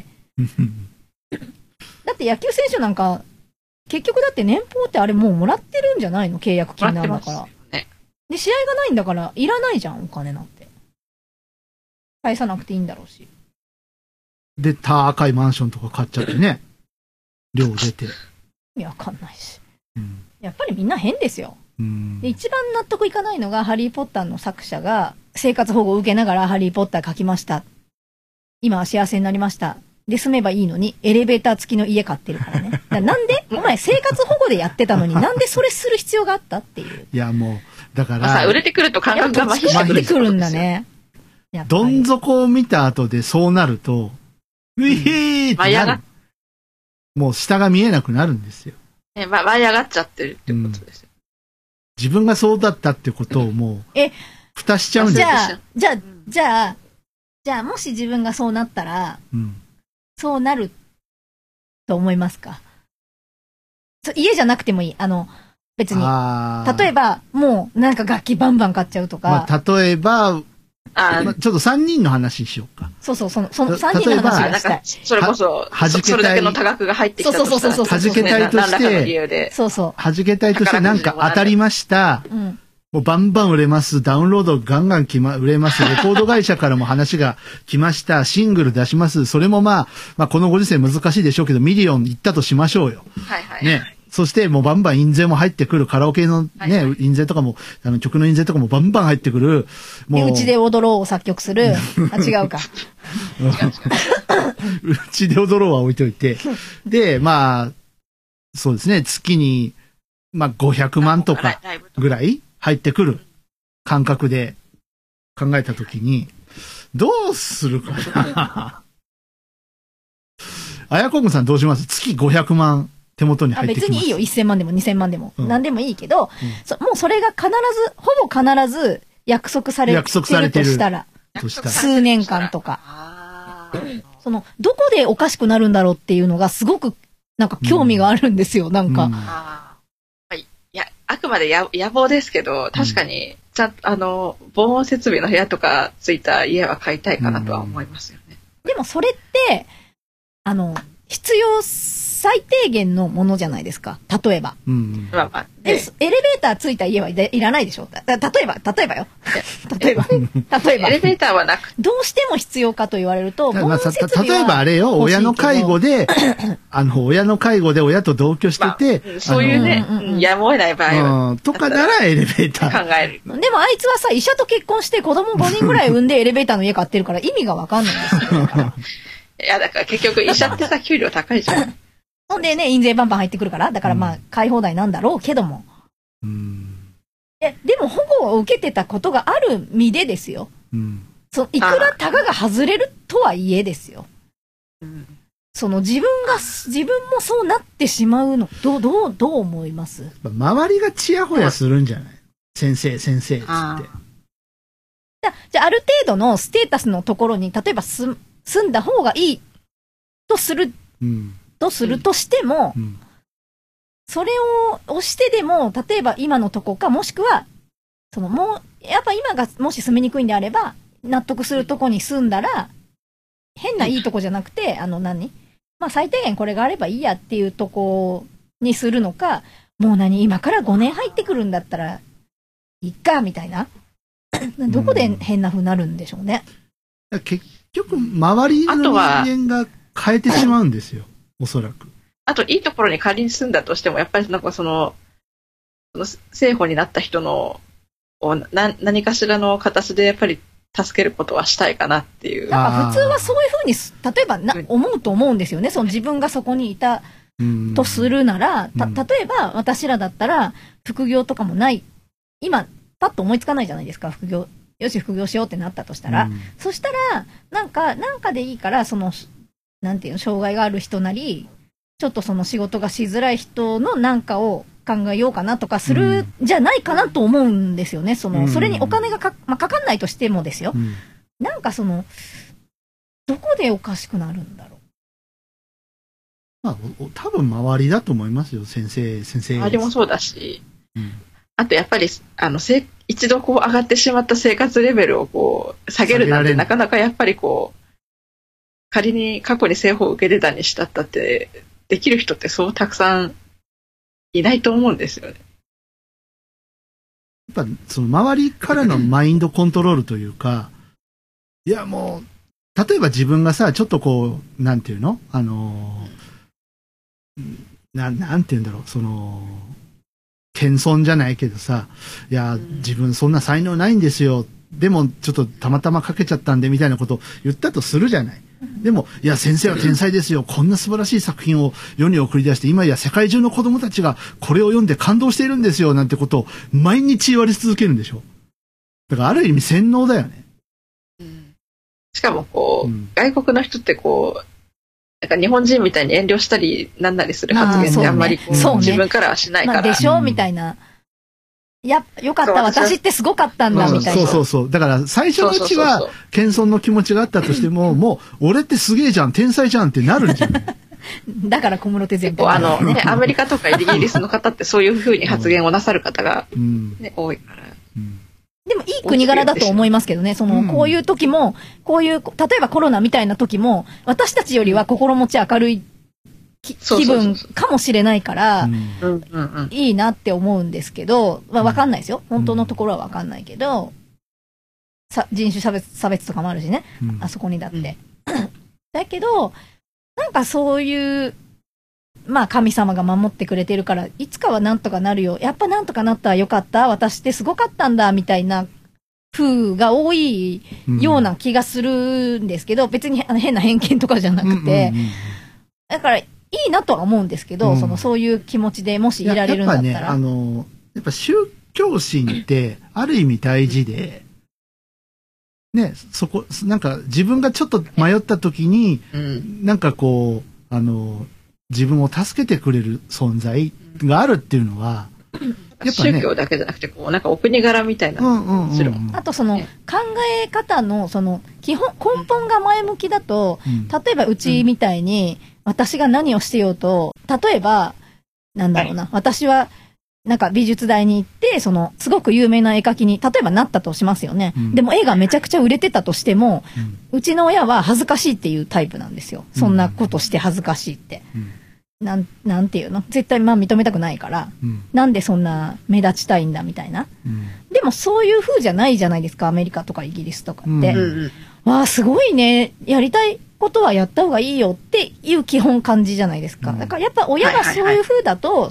だって野球選手なんか、結局だって年俸ってあれもうもらってるんじゃないの？契約金なんだから。 ね、 で、試合がないんだから、いらないじゃん、お金なんて。返さなくていいんだろうし。 で、高いマンションとか買っちゃってね。量出て。 いや、わかんないし。 うんやっぱりみんな変ですよ。で、一番納得いかないのが、ハリーポッターの作者が、生活保護を受けながらハリーポッター書きました。今は幸せになりました。で、住めばいいのに、エレベーター付きの家買ってるからね。なんでお前生活保護でやってたのに、なんでそれする必要があったっていう。 いや、もう、だから。 さ、売れてくると感覚が麻痺してくるんだね。 どん底を見た後でそうなると、うひーってなる。もう下が見えなくなるんですよ。 ね、舞い上がっちゃってるってことですよ。 自分がそうだったってことをもう、蓋しちゃうんですよ。 じゃあ、もし自分がそうなったら、そうなると思いますか？家じゃなくてもいい。別に。例えば、もうなんか楽器バンバン買っちゃうとか。 まあ、例えば、ちょっと3人の話しようか。 その3人の話がしたい。 それこそ、それだけの多額が入ってきたとしたら、 弾けたいとして、弾けたいとしてなんか当たりました。もうバンバン売れます。ダウンロードガンガン売れます。レコード会社からも話が来ました。シングル出します。それもまあこのご時世難しいでしょうけど、ミリオンいったとしましょうよ。 はいはい。 ね。そしてもうバンバン印税も入ってくる、カラオケのね、印税とかも、曲の印税とかもバンバン入ってくる。 もう。うちで踊ろうを作曲する。違うか。 うちで踊ろうは置いといて。で、まあ、そうですね、月に、まあ500万とかぐらい入ってくる感覚で考えたときに、どうするかな。あやこむさんどうします？月500万。手元に入ってきます。 別にいいよ。1000万でも2000万でも。何でもいいけど、もうそれがほぼ必ず約束されてるとしたら。数年間とか。どこでおかしくなるんだろうっていうのがすごく、なんか興味があるんですよ、なんか。 いや、あくまで野望ですけど、確かに、ちゃんと、防音設備の部屋とかついた家は買いたいかなとは思いますよね。 でもそれって、必要最低限のものじゃないですか。例えば。エレベーターついた家はいらないでしょ。例えばよ。例えば。 エレベーターはなく。 どうしても必要かと言われると、 例えばあれよ、親の介護で、親と同居してて、 そういうね、やむを得ない場合は。 とかならエレベーター。 考える。 でもあいつはさ、医者と結婚して子供5人ぐらい産んでエレベーターの家買ってるから意味がわかんないんですよ。 いや、だから結局医者ってさ、給料高いじゃん。 ほんでね、印税バンバン入ってくるから、だからまあ、買い放題なんだろうけども。でも保護を受けてたことがある身でですよ。いくらタガが外れるとはいえですよ。自分もそうなってしまうの、どう思います？ 周りがチヤホヤするんじゃない？先生、つって。じゃあ、ある程度のステータスのところに、例えば住んだ方がいいとするとしても、それを押してでも、例えば今のとこか、もしくは、やっぱ今がもし住みにくいんであれば、納得するとこに住んだら、変ないいとこじゃなくて、まあ最低限これがあればいいやっていうとこにするのか、もう今から5年入ってくるんだったら、いっか、みたいな。どこで変な風になるんでしょうね。 結局、周りの人間が変えてしまうんですよ。おそらく。 あと、いいところに仮に住んだとしても、やっぱり生保になった人の、何かしらの形でやっぱり助けることはしたいかなっていう。 なんか普通はそういうふうに、例えば思うと思うんですよね。自分がそこにいたとするなら、例えば私らだったら、副業とかもない。今、パッと思いつかないじゃないですか、副業。よし、副業しようってなったとしたら。そしたら、なんかでいいから、 なんていうの、障害がある人なり、ちょっとその仕事がしづらい人のなんかを考えようかなとかするじゃないかなと思うんですよね。それにお金がかかんないとしてもですよ。なんかどこでおかしくなるんだろう。 まあ、多分周りだと思いますよ、先生。 周りもそうだし、あとやっぱり、一度上がってしまった生活レベルを下げるなんてなかなかやっぱり仮に過去に政法を受けてたにしたったって、できる人ってそうたくさんいないと思うんですよね。 やっぱ周りからのマインドコントロールというか、いやもう、例えば自分がさ、ちょっとなんていうのなんていうんだろう、謙遜じゃないけどさ、いや、自分そんな才能ないんですよ。でも、ちょっとたまたま書けちゃったんで、みたいなことを言ったとするじゃない。でも、いや、先生は天才ですよ。こんな素晴らしい作品を世に送り出して、今や世界中の子供たちがこれを読んで感動しているんですよ、なんてことを毎日言われ続けるんでしょ。だからある意味洗脳だよね。 しかも外国の人ってなんか日本人みたいに遠慮したりなんなりする発言ってあんまり自分からはしないから。 でしょみたいな。よかった、私ってすごかったんだ、みたいな。 そう。だから最初のうちは謙遜の気持ちがあったとしても、もう俺ってすげえじゃん、天才じゃんってなるんじゃん。 だから小室哲哉みたいな。アメリカとかイギリスの方ってそういうふうに発言をなさる方が多いから。 でもいい国柄だと思いますけどね。こういう時も、例えばコロナみたいな時も、私たちよりは心持ち明るい気分かもしれないから、いいなって思うんですけど、わかんないですよ。本当のところはわかんないけど、人種差別とかもあるしね。あそこにだって。だけど、なんかそういう、神様が守ってくれてるから、いつかはなんとかなるよ。やっぱなんとかなったらよかった。私ってすごかったんだ、みたいな風が多いような気がするんですけど、別に変な偏見とかじゃなくて、だからいいなとは思うんですけど、そういう気持ちでもしいられるんだったら。 やっぱ宗教心ってある意味大事で、ね、なんか自分がちょっと迷った時に、なんか自分を助けてくれる存在があるっていうのは、 やっぱね、宗教だけじゃなくて、なんかお国柄みたいな。 あと考え方の、根本が前向きだと、例えばうちみたいに、私が何をしてようと、例えば、なんだろうな、私は、なんか美術大に行って、すごく有名な絵描きに、例えばなったとしますよね。でも絵がめちゃくちゃ売れてたとしても、うちの親は恥ずかしいっていうタイプなんですよ。そんなことして恥ずかしいって。なんていうの？絶対認めたくないから。なんでそんな目立ちたいんだみたいな。でもそういう風じゃないじゃないですか、アメリカとかイギリスとかって。わあ、すごいね。やりたいことはやった方がいいよっていう基本感じじゃないですか。だからやっぱ親がそういう風だと、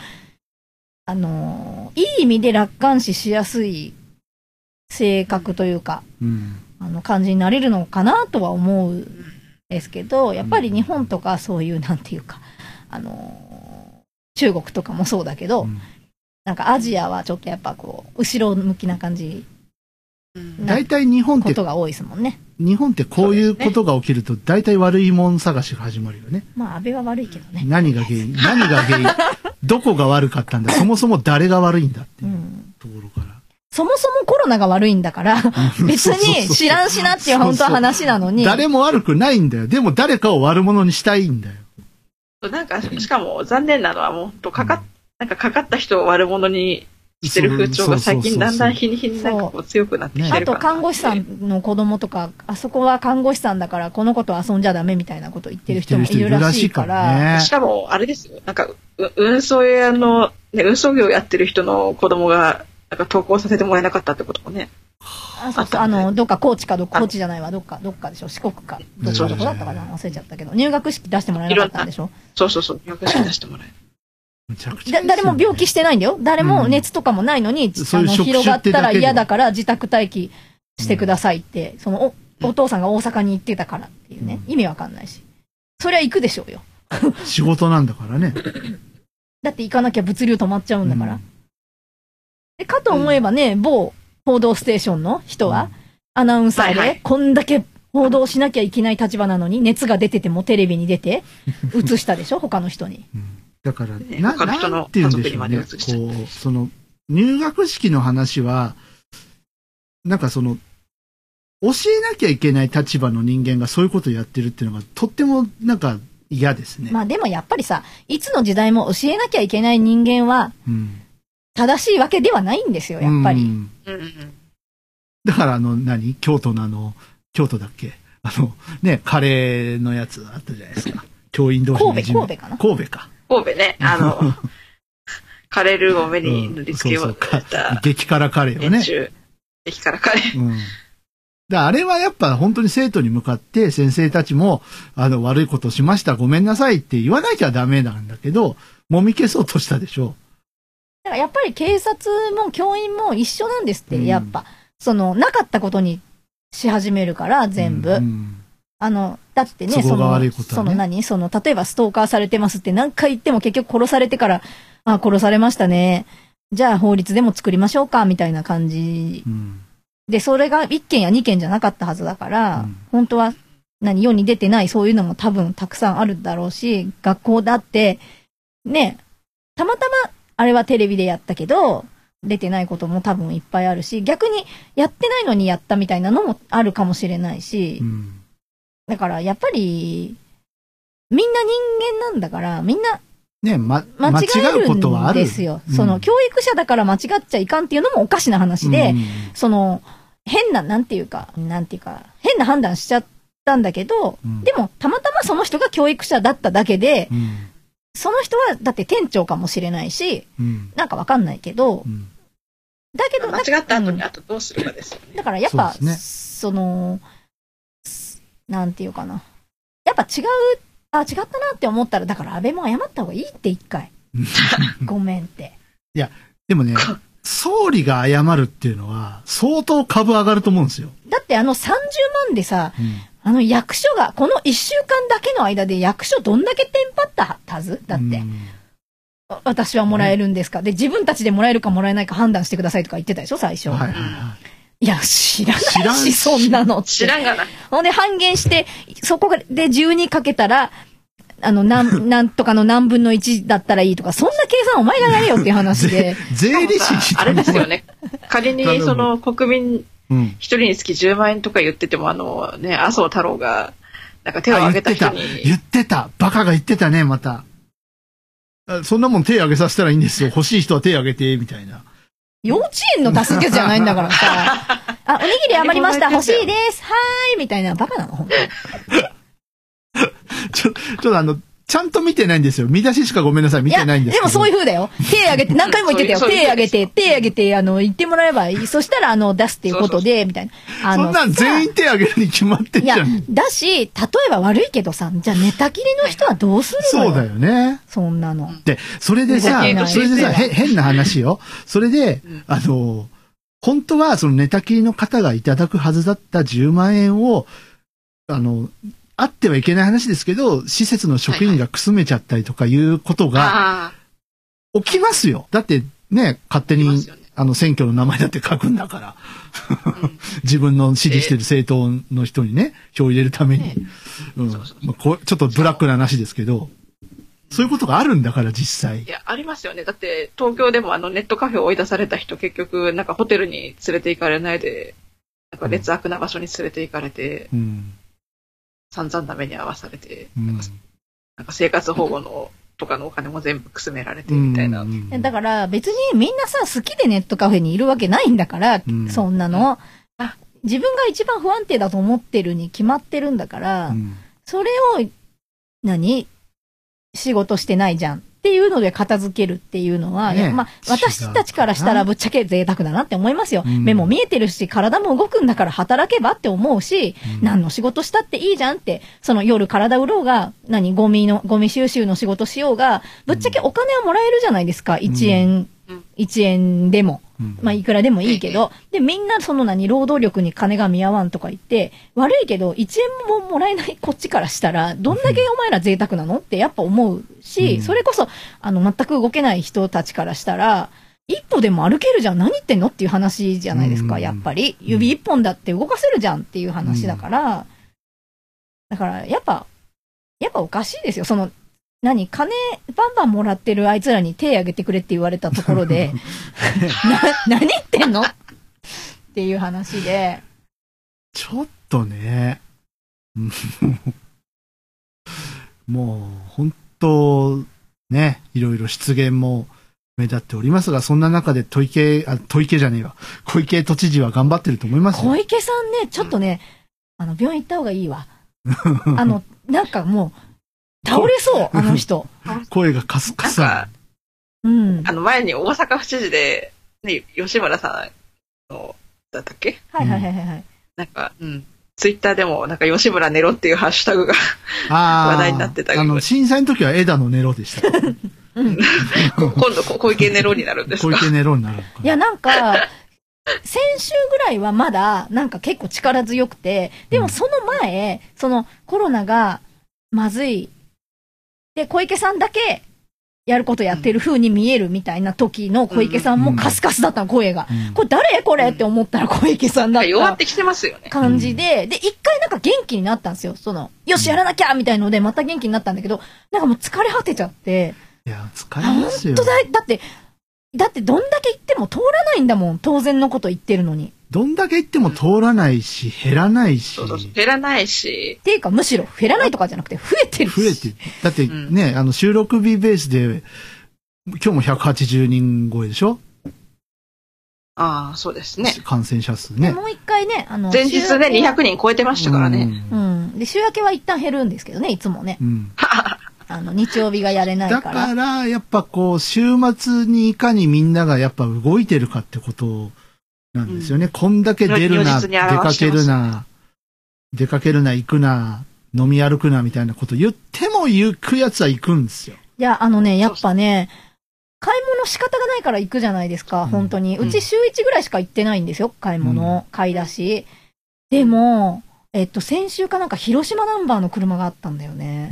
いい意味で楽観視しやすい性格というか、感じになれるのかなとは思うんですけど、やっぱり日本とかそういうなんていうか、中国とかもそうだけど、なんかアジアはちょっとやっぱ後ろ向きな感じ。 大体日本ってことが多いですもんね。 日本ってこういうことが起きると大体悪いもん探しが始まるよね。 安倍は悪いけどね。 何が原因どこが悪かったんだ、そもそも誰が悪いんだっていうところから。 そもそもコロナが悪いんだから、別に知らんしなっていう本当は話なのに。 誰も悪くないんだよ。でも誰かを悪者にしたいんだよ。 なんか、しかも残念なのはもう、かかった人を悪者にしてる風潮が最近だんだん日に日になんか強くなってきてるから。 あと看護師さんの子供とか、あそこは看護師さんだからこの子と遊んじゃダメみたいなこと言ってる人もいるらしいから。 しかも、あれですよ。なんか、運送屋の、運送業やってる人の子供が、なんか投稿させてもらえなかったってこともね。 どっか高知じゃないわ、どっかでしょ、四国か。どこだったかな忘れちゃったけど、入学式出してもらえなかったんでしょ。 そう、入学式出してもらえる。 誰も病気してないんだよ。誰も熱とかもないのに、広がったら嫌だから自宅待機してくださいって、お父さんが大阪に行ってたからっていうね、意味わかんないし。そりゃ行くでしょうよ。 仕事なんだからね。 だって行かなきゃ物流止まっちゃうんだから。かと思えばね、某報道ステーションの人は、アナウンサーで、こんだけ報道しなきゃいけない立場なのに、熱が出ててもテレビに出て、映したでしょ他の人に。 だから、 他の人の家族にまで移しちゃう。 こう、その、入学式の話は、なんかその、教えなきゃいけない立場の人間がそういうことをやってるっていうのが、とってもなんか嫌ですね。 まあでもやっぱりさ、いつの時代も教えなきゃいけない人間は、正しいわけではないんですよ、やっぱり。 だから京都だっけね、カレーのやつあったじゃないですか。教員同士の神戸かな神戸か。 神戸ね、カレールーを目に塗り付けようとした激辛カレーをね。 激辛カレー。 あれはやっぱ本当に生徒に向かって先生たちも、悪いことしました、ごめんなさいって言わなきゃダメなんだけど、もみ消そうとしたでしょ。 だからやっぱり警察も教員も一緒なんですって、やっぱ。なかったことにし始めるから、全部。だってね、例えばストーカーされてますって何回言っても結局殺されてから、あ、殺されましたね。じゃあ法律でも作りましょうか、みたいな感じ。で、それが1件や2件じゃなかったはずだから、本当は世に出てないそういうのも多分たくさんあるだろうし、学校だって、ね、たまたまあれはテレビでやったけど、出てないことも多分いっぱいあるし、逆にやってないのにやったみたいなのもあるかもしれないし、だからやっぱり、みんな人間なんだから、みんな、 ね、間違えることはあるんですよ。 教育者だから間違っちゃいかんっていうのもおかしな話で、変な、なんていうか、変な判断しちゃったんだけど、でも、たまたまその人が教育者だっただけで、その人は、だって店長かもしれないし、なんかわかんないけど、だけど、 間違った後にあとどうするかですよね。 だからやっぱ、なんていうかな。やっぱ違ったなって思ったら、だから安倍も謝った方がいいって一回。ごめんって。 いや、でもね、総理が謝るっていうのは、相当株上がると思うんですよ。 だって30万でさ、役所が、この1週間だけの間で役所どんだけテンパったはずだって。私はもらえるんですか、で、自分たちでもらえるかもらえないか判断してくださいとか言ってたでしょ、最初。いや、知らないし、そんなの。 知らんがな。 ほんで半減して、そこで12かけたら、なんとかの何分の1だったらいいとか、そんな計算お前がやれよっていう話で。 税理士あれですよね。仮に国民一人につき10万円とか言ってても、麻生太郎が、なんか手を挙げた人に。 言ってた。バカが言ってたね、また。そんなもん手挙げさせたらいいんですよ。欲しい人は手挙げて、みたいな。 幼稚園の助けじゃないんだからさ。おにぎり余りました。欲しいです。はーい。みたいな。バカなの本当に。 ちょっとちゃんと見てないんですよ。見出ししかごめんなさい。見てないんですけど。 でもそういう風だよ。手挙げて、何回も言ってたよ。手挙げて、言ってもらえばいい。そしたら、出すっていうことで、みたいな。 そんなん全員手挙げるに決まってんじゃん。 いや、だし、例えば悪いけどさ、じゃあ寝たきりの人はどうするのよ。 そうだよね。 そんなの。 で、それでさ、変な話よ。それで、本当はその寝たきりの方がいただくはずだった10万円を、あってはいけない話ですけど、施設の職員がくすめちゃったりとかいうことが、起きますよ。だってね、勝手に、選挙の名前だって書くんだから。自分の支持してる政党の人にね、票を入れるために。ちょっとブラックな話ですけど、そういうことがあるんだから、実際。 いや、ありますよね。だって、東京でもネットカフェを追い出された人、結局、なんかホテルに連れて行かれないで、なんか劣悪な場所に連れて行かれて、散々な目に遭わされて、なんか生活保護とかのお金も全部くすめられてみたいな。 だから別にみんなさ、好きでネットカフェにいるわけないんだから、そんなの。自分が一番不安定だと思ってるに決まってるんだから、それを、仕事してないじゃんっていうので片付けるっていうのは、私たちからしたらぶっちゃけ贅沢だなって思いますよ。目も見えてるし、体も動くんだから働けばって思うし、何の仕事したっていいじゃんって、夜体売ろうが、ゴミ収集の仕事しようが、ぶっちゃけお金はもらえるじゃないですか、1円でも。いくらでもいいけど、で、みんな労働力に金が見合わんとか言って、悪いけど、1円ももらえないこっちからしたら、どんだけお前ら贅沢なのってやっぱ思うし、それこそ、全く動けない人たちからしたら、一歩でも歩けるじゃん、何言ってんのっていう話じゃないですか、やっぱり。指一本だって動かせるじゃんっていう話だから、 だから、やっぱおかしいですよ。金バンバンもらってるあいつらに手挙げてくれって言われたところで、何言ってんのっていう話で。 ちょっとね、もう、本当、ね、いろいろ失言も目立っておりますが、そんな中で小池都知事は頑張ってると思いますよ。 小池さんね、ちょっとね、病院行った方がいいわ。なんかもう、倒れそう、あの人。 声がカスカス。 うん。前に大阪府知事で、ね、吉村さんの、だったっけ？ はいはいはいはい。 なんか、ツイッターでも、なんか吉村ネロっていうハッシュタグが話題になってたけど。 震災の時は枝のネロでした。今度、小池ネロになるんですか？ 小池ネロになるのかな。 いや、なんか、先週ぐらいはまだ、なんか結構力強くて、でもその前、コロナがまずい。で、小池さんだけ、やることやってる風に見えるみたいな時の小池さんもカスカスだったの、声が。これ誰これって思ったら小池さんだった。 弱ってきてますよね。 感じで、で、一回なんか元気になったんですよ。よし、やらなきゃみたいので、また元気になったんだけど、なんかもう疲れ果てちゃって。 いや、疲れますよ。 本当だってどんだけ言っても通らないんだもん。当然のこと言ってるのに。 どんだけ言っても通らないし、減らないし。 そう減らないし。 っていうか、むしろ減らないとかじゃなくて、増えてるし。 増えてる。だってね、収録日ベースで、今日も180人超えでしょ？ ああ、そうですね。 感染者数ね。 もう一回ね、 前日ね、200人超えてましたからね。 で、週明けは一旦減るんですけどね、いつもね。日曜日がやれないから。 だから、やっぱ週末にいかにみんながやっぱ動いてるかってことなんですよね。こんだけ出るな、出かけるな、行くな、飲み歩くなみたいなこと言っても行くやつは行くんですよ。 いや、やっぱね、買い物仕方がないから行くじゃないですか、本当に。うち週1ぐらいしか行ってないんですよ、買い物、買い出し。でも、先週かなんか広島ナンバーの車があったんだよね。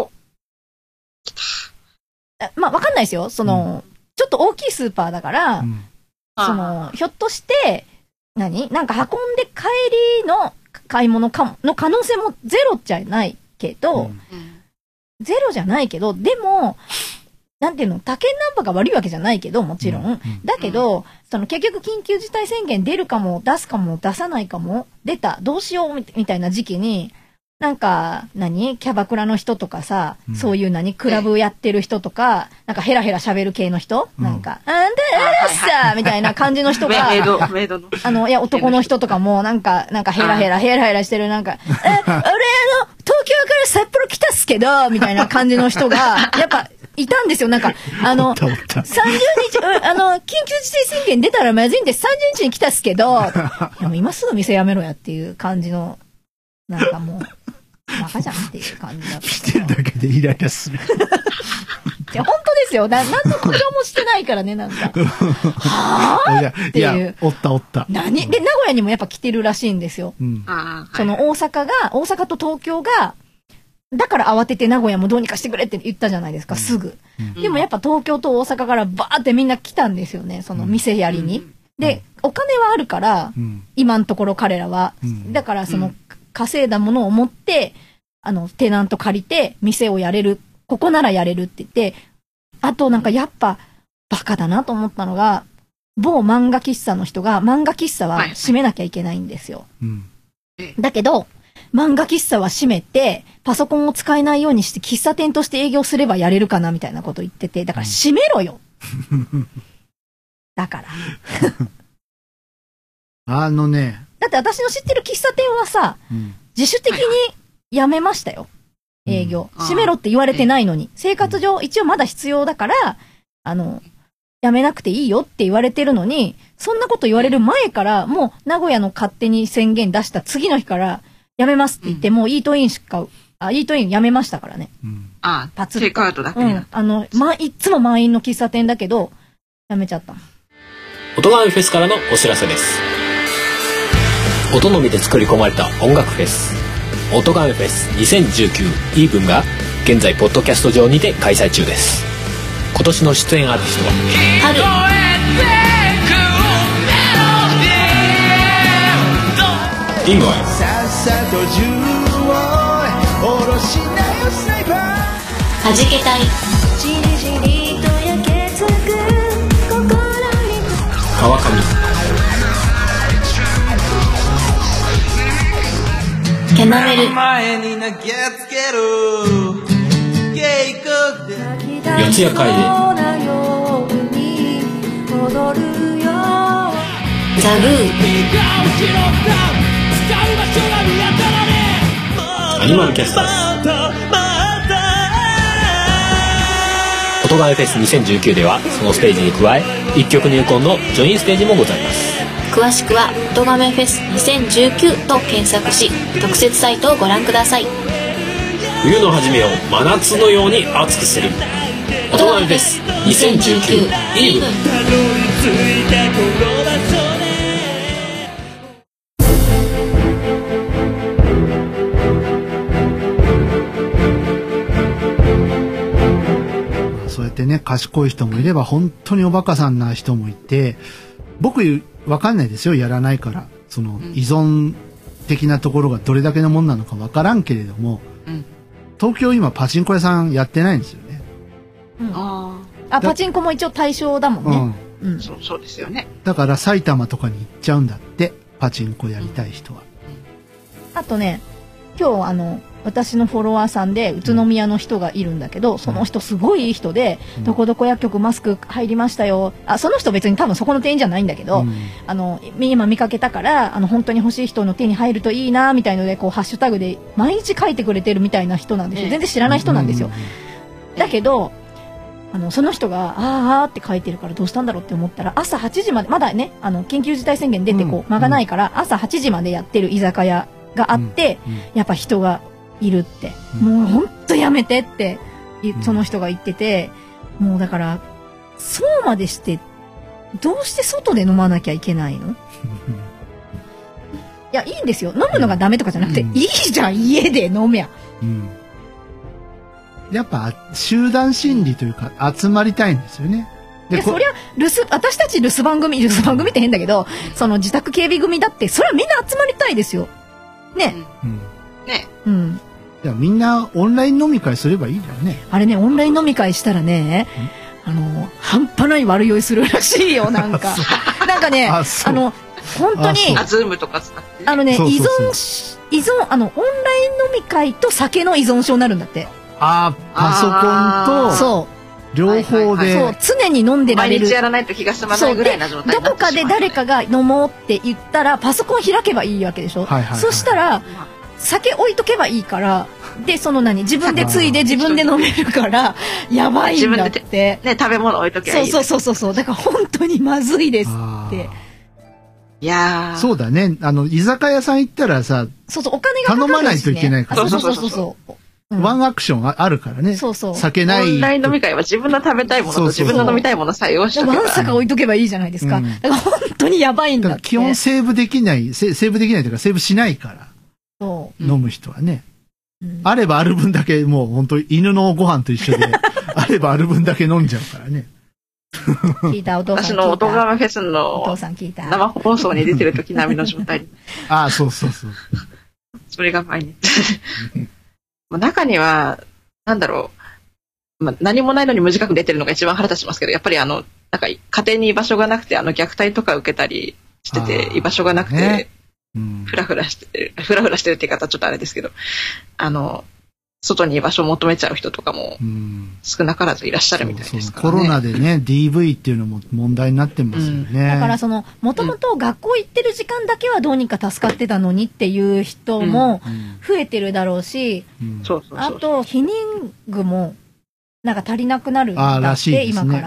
まあ、わかんないですよ。ちょっと大きいスーパーだから、ひょっとして、なんか運んで帰りの買い物の可能性もゼロじゃないけど、ゼロじゃないけど、でも、なんていうの、他県ナンバーが悪いわけじゃないけど、もちろん。だけど、結局緊急事態宣言出るかも、出すかも、出さないかも、出た、どうしようみたいな時期に、なんか、キャバクラの人とかさ、そういうクラブやってる人とか、なんかヘラヘラ喋る系の人、なんか、みたいな感じの人が、 メイドの。 いや、男の人とかも、なんかヘラヘラしてる、なんか、俺東京から札幌来たっすけど、みたいな感じの人が、やっぱ、いたんですよ。なんか、30日、緊急事態宣言出たらまずいんで30日に来たっすけど、いや、もう今すぐ店やめろやっていう感じの、なんかもう、バカじゃんっていう感じだった。 見てるだけでイライラする。 いや、本当ですよ。何の苦情もしてないからね、なんか。はぁっていう。 いや、おった。 で、名古屋にもやっぱ来てるらしいんですよ。大阪と東京が、だから慌てて名古屋もどうにかしてくれって言ったじゃないですか、すぐ。でもやっぱ東京と大阪からバーってみんな来たんですよね、店やりに。で、お金はあるから、今のところ彼らは。だから稼いだものを持って、テナント借りて、店をやれる、ここならやれるって言って、あとなんかやっぱ、バカだなと思ったのが、某漫画喫茶の人が、漫画喫茶は閉めなきゃいけないんですよ。だけど、漫画喫茶は閉めて、パソコンを使えないようにして、喫茶店として営業すればやれるかなみたいなこと言ってて、だから閉めろよ。だから。だって私の知ってる喫茶店はさ、自主的にやめましたよ。営業。閉めろって言われてないのに。生活上、一応まだ必要だから、やめなくていいよって言われてるのに、そんなこと言われる前から、もう名古屋の勝手に宣言出した次の日から、やめますって言って、もうイートインやめましたからね。 パツッと。テイクアウトだけになった。 いつも満員の喫茶店だけど、やめちゃった。 音ガメフェスからのお知らせです。音のみで作り込まれた音楽フェス、音ガメフェス2019イーブンが現在ポッドキャスト上にて開催中です。今年の出演アーティストはリンゴへはじけたい川上キャナメル四谷楓ザグーアニマルキャスターズ音ガメフェス2019ではそのステージに加え一曲入魂のジョインステージもございます。 詳しくは音ガメフェス2019と検索し特設サイトをご覧ください。 冬の初めを真夏のように熱くする音ガメフェス2019イーブン。 そうやってね、賢い人もいれば本当におバカさんな人もいて、僕わかんないですよ、やらないから。その依存的なところがどれだけのもんなのかわからんけれども、東京今パチンコ屋さんやってないんですよね。 パチンコも一応対象だもんね。 そうですよね。 だから埼玉とかに行っちゃうんだって、パチンコやりたい人は。 あとね、今日私のフォロワーさんで宇都宮の人がいるんだけど、その人すごいいい人で、どこどこ薬局マスク入りましたよ。その人別に多分そこの店員じゃないんだけど、今見かけたから、本当に欲しい人の手に入るといいなみたいので、こうハッシュタグで毎日書いてくれてるみたいな人なんですよ。全然知らない人なんですよ。だけど、その人が、あーって書いてるからどうしたんだろうって思ったら、朝8時まで、まだね、緊急事態宣言出て間がないから、朝8時までやってる居酒屋があって、やっぱ人がいるって、もうほんとやめてってその人が言ってて、もうだからそうまでしてどうして外で飲まなきゃいけないの？いや、いいんですよ、飲むのがダメとかじゃなくて、いいじゃん家で飲めや。 やっぱ集団心理というか集まりたいんですよね。 いや、そりゃ私たち留守番組って変だけど、その自宅警備組だってそりゃみんな集まりたいですよね。 ね。 いや、みんなオンライン飲み会すればいいじゃんね。 あれね、オンライン飲み会したらね、半端ない悪酔いするらしいよ、なんか。なんかね、本当に、 ズームとか使って。 依存、オンライン飲み会と酒の依存症になるんだって。 パソコンと、そう。両方で。 そう、常に飲んでられる。 毎日やらないと気が済まないぐらいな状態になってしまう。 どこかで誰かが飲もうって言ったら、パソコン開けばいいわけでしょ。そしたら、酒置いとけばいいから、で、自分でついで自分で飲めるから、やばいんだって。 ね、食べ物置いとけばいい。 そう。だから本当にまずいですって。 いやー。 そうだね。居酒屋さん行ったらさ、 お金がかかるしね。 頼まないといけないから。 そう。 ワンアクションあるからね。酒ない。 オンライン飲み会は自分の食べたいものと自分の飲みたいものさえ用意しておけば。 ワンサカ置いとけばいいじゃないですか。だから本当にやばいんだって。 基本セーブできないというかセーブしないから。飲む人はね。あればある分だけ、もう本当に犬のご飯と一緒で、あればある分だけ飲んじゃうからね。 聞いた、お父さん聞いた。 私の音ガメフェスのお父さん聞いた。 生放送に出てる時並みの状態。 そう。 それが毎日。中には、何もないのに無自覚出てるのが一番腹立ちますけど、やっぱり家庭に居場所がなくて、虐待とか受けたりしてて、居場所がなくて、フラフラしてるって言い方ちょっとあれですけど、外に居場所を求めちゃう人とかも少なからずいらっしゃるみたいですからね。 コロナでね、DV っていうのも問題になってますよね。 だからもともと学校行ってる時間だけはどうにか助かってたのにっていう人も増えてるだろうし、あと避妊具も足りなくなるんだって、今から。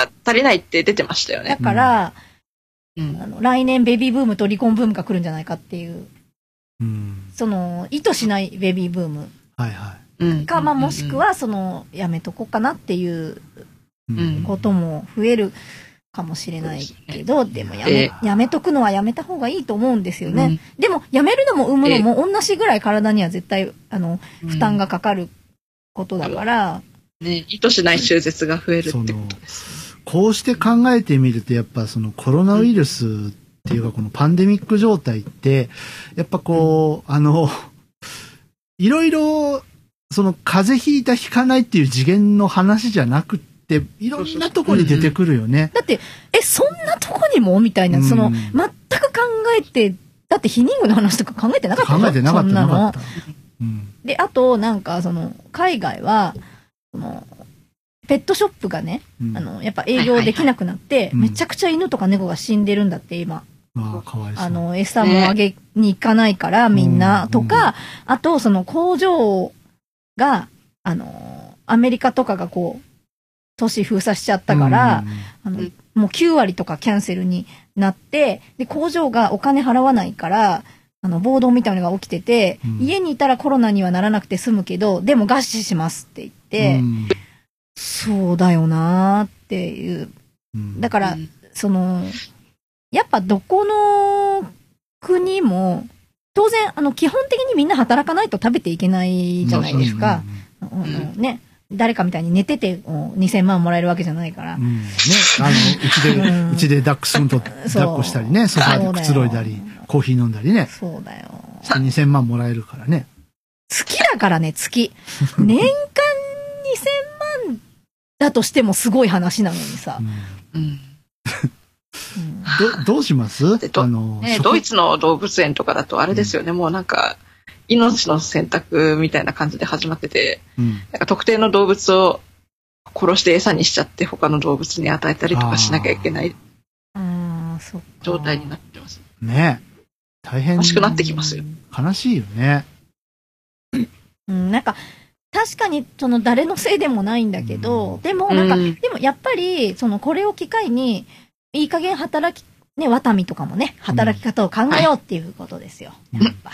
足りないって出てましたよね。 だから、来年ベビーブームと離婚ブームが来るんじゃないかっていう、意図しないベビーブームか、もしくはやめとこうかなっていうことも増えるかもしれないけど、でもやめとくのはやめた方がいいと思うんですよね。でもやめるのも産むのも同じぐらい体には絶対負担がかかることだから、 意図しない中絶が増えるってことです。 こうして考えてみると、やっぱコロナウイルスっていうかこのパンデミック状態って、やっぱいろいろ、風邪ひいたひかないっていう次元の話じゃなくて、いろんなとこに出てくるよね。 だって、そんなとこにもみたいな、全く考えて、だって避妊具の話とか考えてなかった。 考えてなかった、なかった。 で、あと、海外は、ペットショップがね、やっぱ営業できなくなって、めちゃくちゃ犬とか猫が死んでるんだって、今。 かわいそう。 餌もあげに行かないから、みんな、とか、あと、工場が、アメリカとかが都市封鎖しちゃったから、もう9割とかキャンセルになって、で、工場がお金払わないから、暴動みたいなのが起きてて、家にいたらコロナにはならなくて済むけど、でも餓死しますって言って、そうだよなーっていう。だから、やっぱどこの国も、当然、基本的にみんな働かないと食べていけないじゃないですか。ね。誰かみたいに寝てて2000万もらえるわけじゃないから。ね。 うちでダックスフント抱っこしたりね、ソファーでくつろいだり、コーヒー飲んだりね。 そうだよ。 して2000万もらえるからね。 月だからね、月。年間2000万だとしてもすごい話なのにさ。 どうしますドイツの動物園とかだとあれですよね、もう命の選択みたいな感じで始まってて、特定の動物を殺して餌にしちゃって他の動物に与えたりとかしなきゃいけない状態になってます。 ね。大変。 欲しくなってきますよ。 悲しいよね。 確かに誰のせいでもないんだけど、でもでもやっぱりこれを機会にいい加減ワタミとかもね、働き方を考えようっていうことですよ。やっぱ。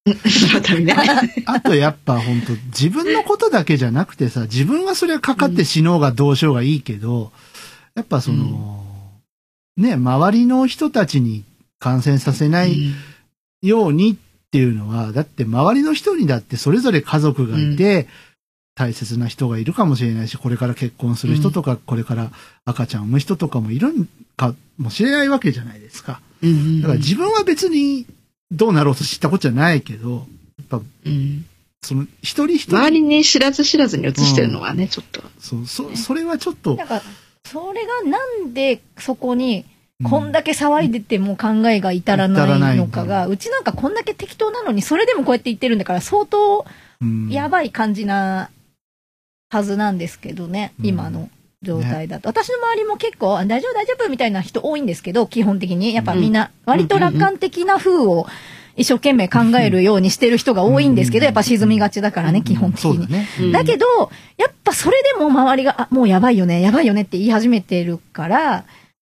あとやっぱ本当自分のことだけじゃなくてさ、自分はそれはかかって死のうがどうしようがいいけど、やっぱね、周りの人たちに感染させないようにっていうのは、だって周りの人にだってそれぞれ家族がいて、大切な人がいるかもしれないし、これから結婚する人とか、これから赤ちゃんを産む人とかもいるかもしれないわけじゃないですか。だから自分は別にどうなろうと知ったことじゃないけど、やっぱ、一人一人。 周りに知らず知らずに移してるのがね、ちょっと。 それはちょっと。 それがなんでそこに、こんだけ騒いでても考えが至らないのかが、うちなんかこんだけ適当なのに、それでもこうやって言ってるんだから、相当、やばい感じなはずなんですけどね、今の状態だと。私の周りも結構、大丈夫大丈夫みたいな人多いんですけど、基本的に。やっぱみんな、割と楽観的な風を一生懸命考えるようにしてる人が多いんですけど、やっぱ沈みがちだからね、基本的に。だけど、やっぱそれでも周りが、もうやばいよね、やばいよねって言い始めてるから、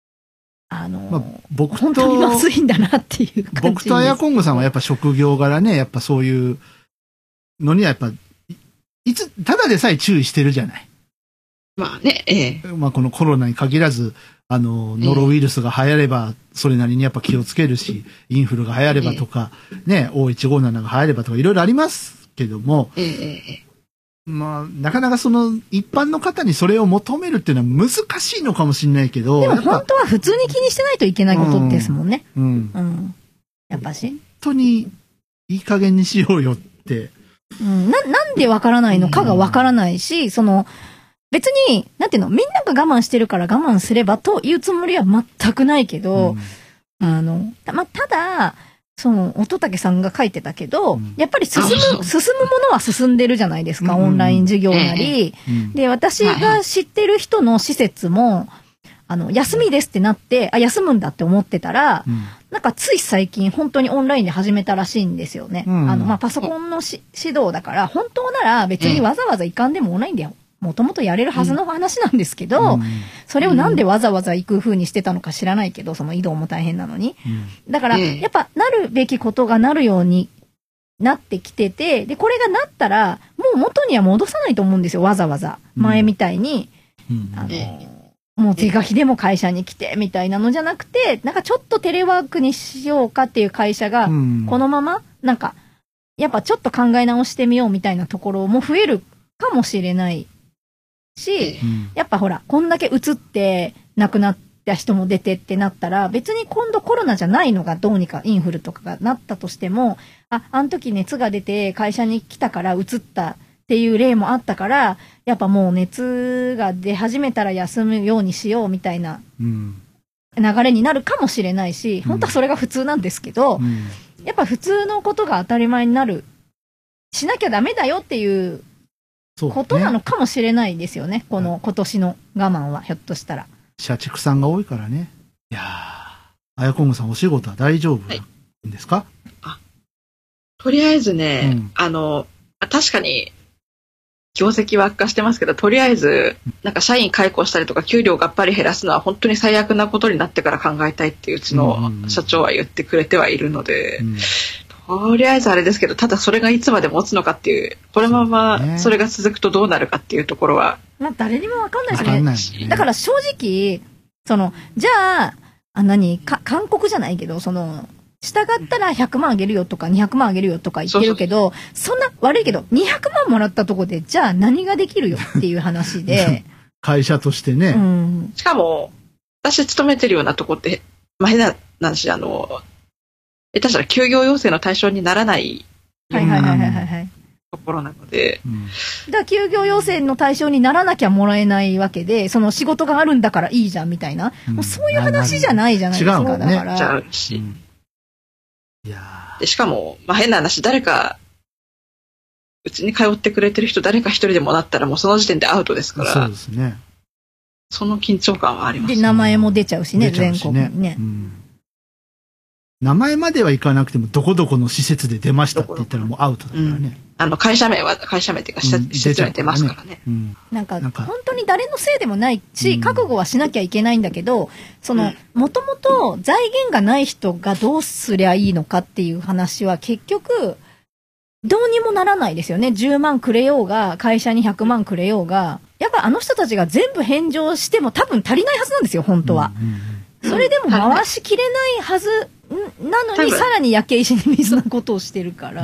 本当にまずいんだなっていう感じ。 僕とアヤコングさんはやっぱ職業柄ね、やっぱそういうのにはやっぱ、ただでさえ注意してるじゃない。 まあね、 このコロナに限らず、ノロウイルスが流行れば、それなりにやっぱ気をつけるし、インフルが流行ればとか、ね、O157 が流行ればとか、いろいろありますけども、まあ、なかなか一般の方にそれを求めるっていうのは難しいのかもしれないけど。 でも本当は普通に気にしてないといけないことですもんね。やっぱし。 本当に、いい加減にしようよって。 なんでわからないのかがわからないし、別に、なんていうの、みんなが我慢してるから我慢すればというつもりは全くないけど、ただ、乙武さんが書いてたけど、やっぱり進むものは進んでるじゃないですか、オンライン授業なり。で、私が知ってる人の施設も、休みですってなって、休むんだって思ってたら、なんかつい最近本当にオンラインで始めたらしいんですよね。パソコンの指導だから、本当なら別にわざわざ行かんでもオンラインでもともとやれるはずの話なんですけど、それをなんでわざわざ行く風にしてたのか知らないけど、その移動も大変なのに。だから、やっぱなるべきことがなるようになってきてて、で、これがなったら、もう元には戻さないと思うんですよ、わざわざ。前みたいに。もう是が非でも会社に来て、みたいなのじゃなくて、なんかちょっとテレワークにしようかっていう会社が、このまま、なんか、やっぱちょっと考え直してみようみたいなところも増えるかもしれないし、やっぱほら、こんだけ移って亡くなってた人も出てってなったら、別に今度コロナじゃないのがどうにかインフルとかがなったとしても、あの時熱が出て会社に来たから移ったっていう例もあったから、やっぱもう熱が出始めたら休むようにしようみたいな流れになるかもしれないし、本当はそれが普通なんですけど、やっぱ普通のことが当たり前になる、しなきゃダメだよっていうことなのかもしれないですよね。この今年の我慢はひょっとしたら。 社畜さんが多いからね。いやー、あやこんぐさんお仕事は大丈夫なんですか？ とりあえずね、確かに業績は悪化してますけど、とりあえずなんか社員解雇したりとか給料がっぱり減らすのは本当に最悪なことになってから考えたいっていううちの社長は言ってくれてはいるので、とりあえずあれですけど、ただそれがいつまで持つのかっていう、このままそれが続くとどうなるかっていうところは、 誰にもわかんないですね。だから正直、じゃあ、韓国じゃないけど、従ったら100万あげるよとか200万あげるよとか言ってるけど、そんな悪いけど、200万もらったとこで、じゃあ何ができるよっていう話で。 会社としてね。 しかも、私勤めてるようなとこって、変な話、下手したら休業要請の対象にならないところなので。 だから休業要請の対象にならなきゃもらえないわけで、その仕事があるんだからいいじゃんみたいな。もうそういう話じゃないじゃないですか。 違うもんね。 だからでしかも、変な話、誰か、うちに通ってくれてる人、誰か一人でもなったらもうその時点でアウトですから。 そうですね。 その緊張感はあります。 で、名前も出ちゃうしね、全国にね。 名前まではいかなくても、どこどこの施設で出ましたって言ったらもうアウトだからね。 会社名は会社名っていうか、施設名出ますからね。 なんか、本当に誰のせいでもないし、覚悟はしなきゃいけないんだけど、もともと財源がない人がどうすりゃいいのかっていう話は結局、どうにもならないですよね。10万くれようが、会社に100万くれようが、やっぱあの人たちが全部返上しても多分足りないはずなんですよ、本当は。それでも回しきれないはずなのに、さらに焼け石に水なことをしてるから。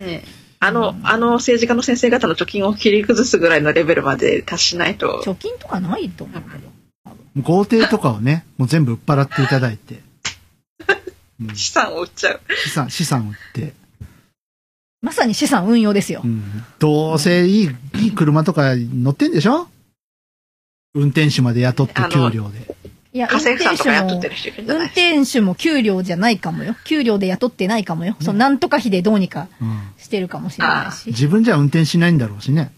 政治家の先生方の貯金を切り崩すぐらいのレベルまで達しないと。 貯金とかないと思うけど。 豪邸とかをね、もう全部売っ払っていただいて。 資産を売っちゃう。 資産売って。 まさに資産運用ですよ。 どうせいい車とか乗ってんでしょ？運転手まで雇って給料で。 いや、運転手も給料じゃないかもよ。給料で雇ってないかもよ。なんとか費でどうにかしてるかもしれないし。 自分じゃ運転しないんだろうしね。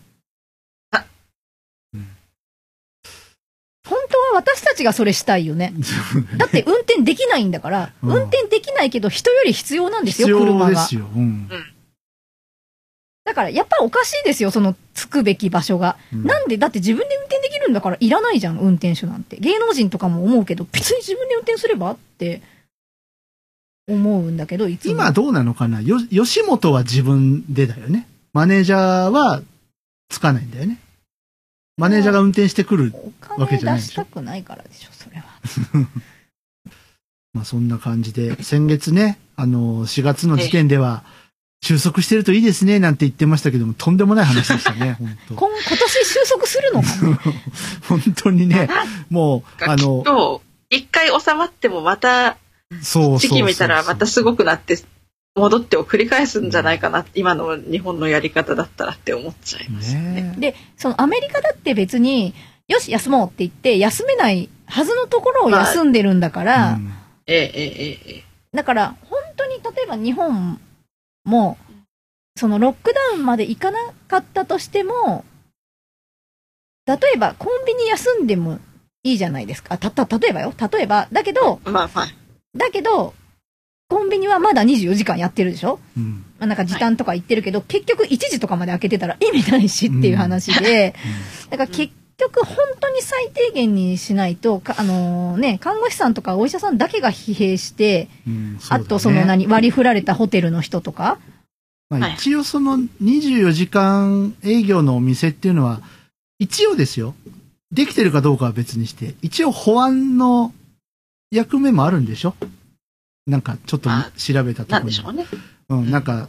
本当は私たちがそれしたいよね。だって運転できないんだから、運転できないけど人より必要なんですよ、車が。 必要ですよ。 だからやっぱおかしいですよ、つくべき場所が。なんで、だって自分で運転できるんだからいらないじゃん、運転手なんて。芸能人とかも思うけど、別に自分で運転すればって思うんだけど、いつも。 今どうなのかな？吉本は自分でだよね。マネージャーはつかないんだよね。マネージャーが運転してくるわけじゃないでしょ。 出したくないからでしょ、それは。 まあそんな感じで、先月ね、4月の時点では、収束してるといいですね、なんて言ってましたけども、とんでもない話でしたね、本当。 今年収束するのかな本当にね、もう、一回収まってもまた、時期見たらまたすごくなって、戻ってを繰り返すんじゃないかな、今の日本のやり方だったらって思っちゃいますね。 で、アメリカだって別に、よし、休もうって言って、休めないはずのところを休んでるんだから、だから、本当に例えば日本も、ロックダウンまで行かなかったとしても、例えばコンビニ休んでもいいじゃないですか。例えばよ。例えば。だけど、だけど、コンビニはまだ24時間やってるでしょ？なんか時短とか言ってるけど、結局1時とかまで開けてたら意味ないしっていう話で、だから結局本当に最低限にしないと、看護師さんとかお医者さんだけが疲弊して、あと割り振られたホテルの人とか。 まあ一応24時間営業のお店っていうのは、一応ですよ。できてるかどうかは別にして、一応保安の役目もあるんでしょ？なんかちょっと調べたところに。なんでしょうね。なんか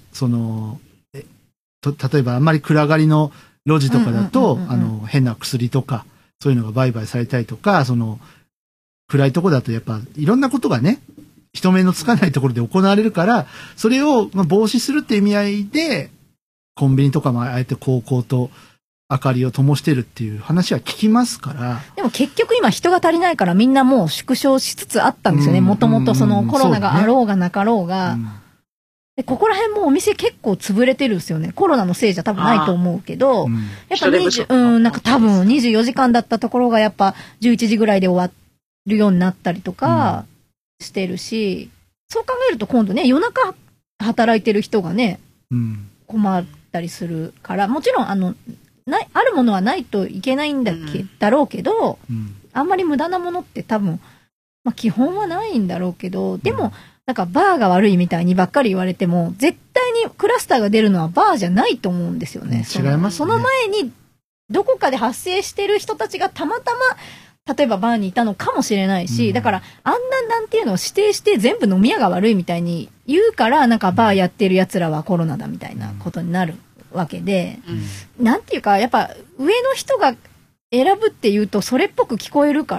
例えばあんまり暗がりの路地とかだと、変な薬とか、そういうのが売買されたりとか、 暗いとこだとやっぱいろんなことがね、人目のつかないところで行われるから、それを防止するっていう意味合いで、コンビニとかもあえて高校と明かりを灯してるっていう話は聞きますから。 でも結局今人が足りないからみんなもう縮小しつつあったんですよね。もともとそのコロナがあろうがなかろうが。でここら辺もお店結構潰れてるんですよね。コロナのせいじゃ多分ないと思うけど、やっぱなんか多分24時間だったところがやっぱ11時ぐらいで終わるようになったりとかしてるし、そう考えると今度ね、夜中働いてる人がね、困ったりするから、もちろんあるものはないといけないんだろうけど、あんまり無駄なものって多分、基本はないんだろうけど、でも、なんかバーが悪いみたいにばっかり言われても、絶対にクラスターが出るのはバーじゃないと思うんですよね。 違いますね。 その前に、どこかで発生してる人たちがたまたま、例えばバーにいたのかもしれないし、だから、あんなんていうのを指定して全部飲み屋が悪いみたいに言うから、なんかバーやってる奴らはコロナだみたいなことになるわけで、なんていうか、やっぱ上の人が選ぶっていうとそれっぽく聞こえるから、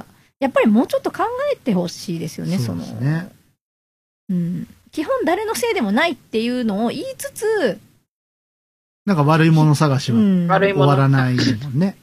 やっぱりもうちょっと考えてほしいですよね、 そうですね。 基本誰のせいでもないっていうのを言いつつ、 なんか悪いもの探しは終わらないもんね。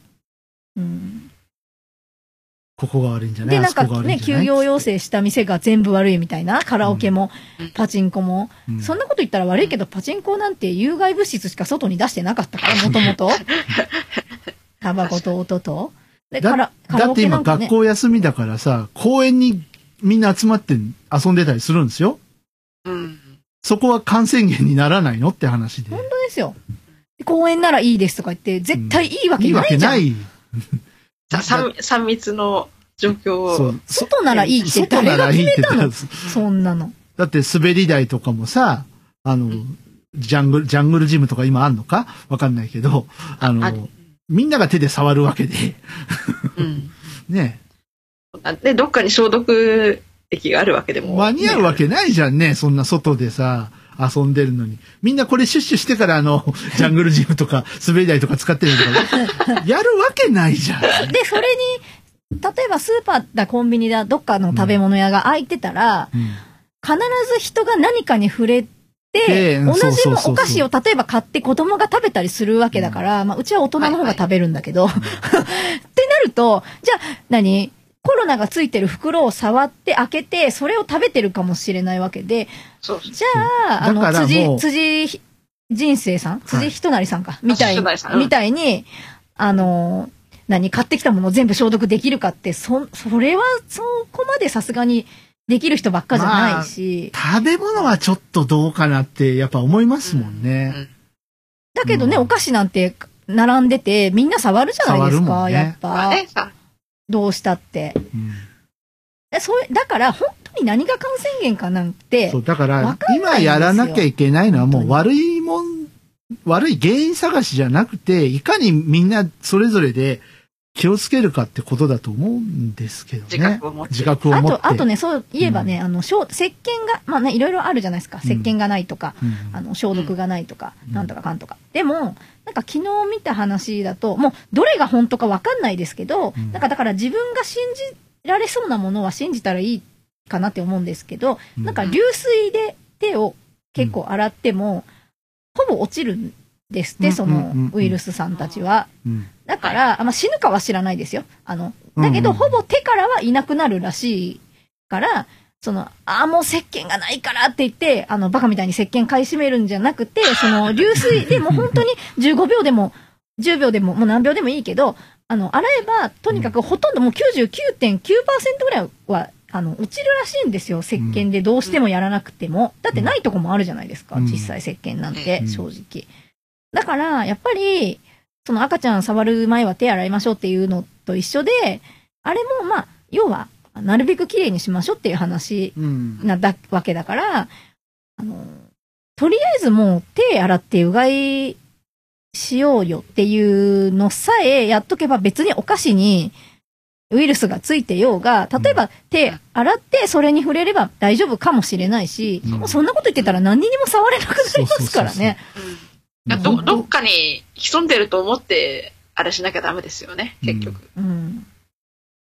ここが悪いんじゃない？ で、なんかね、休業要請した店が全部悪いみたいな、カラオケも、パチンコも、そんなこと言ったら悪いけど、パチンコなんて有害物質しか外に出してなかったから、もともと。タバコと音と。 だって今学校休みだからさ、公園にみんな集まって遊んでたりするんですよ。そこは感染源にならないのって話で。 本当ですよ。公園ならいいですとか言って、絶対いいわけないじゃん。 いいわけない。 じゃあ3密の状況を。 外ならいいって誰が決めたの？そんなの。 だって滑り台とかもさ、ジャングルジムとか今あんのかわかんないけど、みんなが手で触るわけで。ね。 で、どっかに消毒液があるわけでも。 間に合うわけないじゃんね。そんな外でさ、遊んでるのに。みんなこれシュッシュしてからジャングルジムとか滑り台とか使ってるとか、やるわけないじゃん。 で、それに、例えばスーパーだ、コンビニだ、どっかの食べ物屋が開いてたら、必ず人が何かに触れて、同じお菓子を例えば買って子供が食べたりするわけだから、うちは大人の方が食べるんだけど、ってなると、じゃあコロナがついてる袋を触って開けて、それを食べてるかもしれないわけで、じゃあ、辻人生さん、辻人成さんか、みたいに、買ってきたものを全部消毒できるかって、それはそこまでさすがにできる人ばっかじゃないし。 食べ物はちょっとどうかなってやっぱ思いますもんね。 だけどね、お菓子なんて並んでてみんな触るじゃないですか、やっぱ。どうしたって。だから本当に何が感染源かなんて。 そう、だから今やらなきゃいけないのはもう悪い原因探しじゃなくて、いかにみんなそれぞれで気をつけるかってことだと思うんですけどね。自覚を持って。 あとね、そういえばね、石鹸が、いろいろあるじゃないですか。石鹸がないとか、消毒がないとか、なんとかかんとか。でも、なんか昨日見た話だと、もうどれが本当かわかんないですけど、だから自分が信じられそうなものは信じたらいいかなって思うんですけど、なんか流水で手を結構洗っても、ほぼ落ちるんですって、そのウイルスさんたちは。だから、死ぬかは知らないですよ。だけど、ほぼ手からはいなくなるらしいから、もう石鹸がないからって言って、バカみたいに石鹸買い占めるんじゃなくて、流水でも本当に15秒でも、10秒でも、もう何秒でもいいけど、洗えば、とにかくほとんどもう 99.9% ぐらいは、落ちるらしいんですよ。石鹸でどうしてもやらなくても。だってないとこもあるじゃないですか。実際石鹸なんて、正直。だから、やっぱり、赤ちゃん触る前は手洗いましょうっていうのと一緒で、あれも要は、なるべくきれいにしましょうっていう話なわけだから、とりあえずもう手洗ってうがいしようよっていうのさえやっとけば別にお菓子にウイルスがついてようが、例えば手洗ってそれに触れれば大丈夫かもしれないし、もうそんなこと言ってたら何にも触れなくなりますからね。 どっかに潜んでると思って、あれしなきゃダメですよね、結局。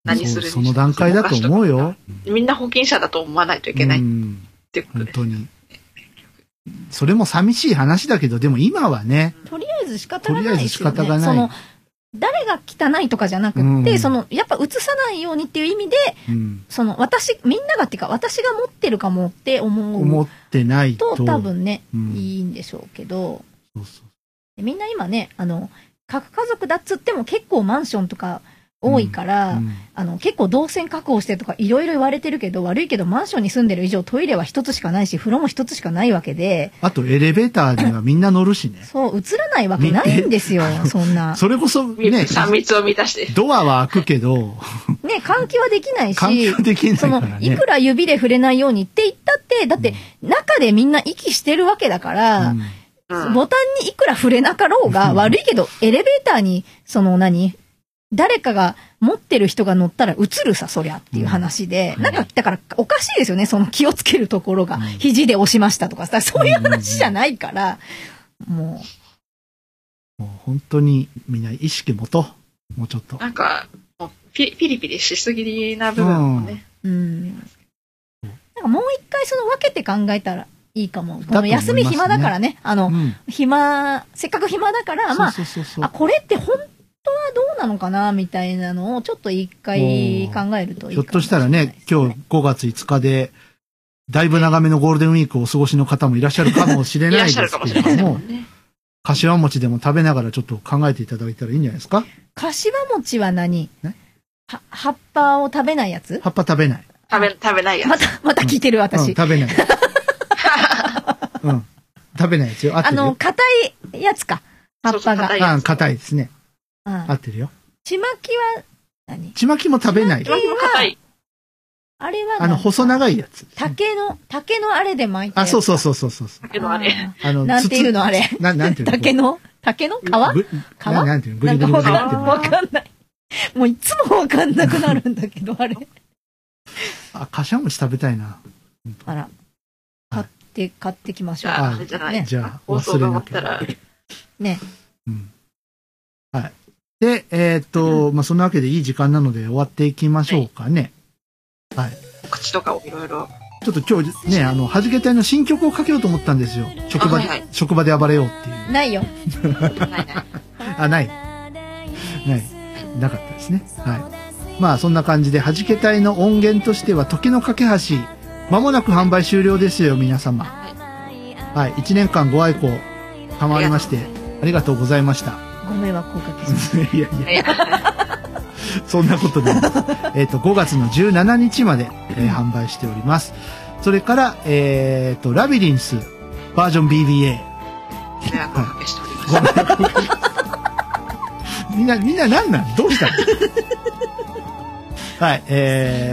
何するにしてもその段階だと思うよ。 みんな保険者だと思わないといけないってことです。 本当に。それも寂しい話だけど、でも今はね。 とりあえず仕方がないですよね。 とりあえず仕方がない。 誰が汚いとかじゃなくって、やっぱ映さないようにっていう意味で、みんながっていうか、私が持ってるかもって思ってないと多分ね、いいんでしょうけど、みんな今ね、核家族だっつっても結構マンションとか多いから、結構動線確保してとかいろいろ言われてるけど、悪いけどマンションに住んでる以上トイレは一つしかないし、風呂も一つしかないわけで。 あとエレベーターにはみんな乗るしね。 そう、映らないわけないんですよ、そんな。 それこそね、 3密を満たして。 ドアは開くけど。 ね、換気はできないし、 換気はできないからね。 いくら指で触れないようにって言ったって、だって中でみんな息してるわけだから、ボタンにいくら触れなかろうが、悪いけどエレベーターに、誰かが持ってる人が乗ったら映るさ、そりゃっていう話で、だからおかしいですよね、その気をつけるところが。肘で押しましたとかさ、そういう話じゃないから、もう本当にみんな意識持とう。もうちょっと。 なんか、ピリピリしすぎな部分もね。 なんかもう一回分けて考えたらいいかも。この休み暇だからね、せっかく暇だから、これって本当はどうなのかなみたいなのをちょっと一回考えるといいかもしれないですね。 ひょっとしたらね、今日5月5日で、だいぶ長めのゴールデンウィークをお過ごしの方もいらっしゃるかもしれないですけれども、柏餅でも食べながらちょっと考えていただいたらいいんじゃないですか。柏餅は何？葉っぱを食べないやつ？ 葉っぱ食べない。 食べないやつ。 また聞いてる私。 食べない。食べないやつよ。合ってるよ。 硬いやつか。葉っぱが。 硬いですね。合ってるよ。 ちまきは何？ ちまきも食べない。 ちまきも硬い。 あれは細長いやつ。 竹のあれで巻いて。 そう。 竹のあれ。 なんていうのあれ。 なんていうの？ 竹の皮？ なんていうの？グリグリグリって。 わかんない。もういつもわかんなくなるんだけど、あれ。 柏餅食べたいな。 あら。買ってきましょう。 じゃあ、 放送が終わったら。 ね。 はい。で、そんなわけでいい時間なので終わっていきましょうかね。はい。 口とかをいろいろ。 ちょっと今日ね、はじけ隊の新曲をかけようと思ったんですよ。職場で暴れようっていう。 ないよ。 ない。なかったですね。はい。まあそんな感じで、はじけ隊の音源としては、時の架け橋、まもなく販売終了ですよ、皆様。はい。1年間ご愛顧賜りまして、ありがとうございました。 ご迷惑をおかけしました。 いや。そんなことで、5月の17日まで、販売しております。それから、ラビリンスバージョン BBA。 迷惑をおかけしております。 みんな何なんどうしたのはい、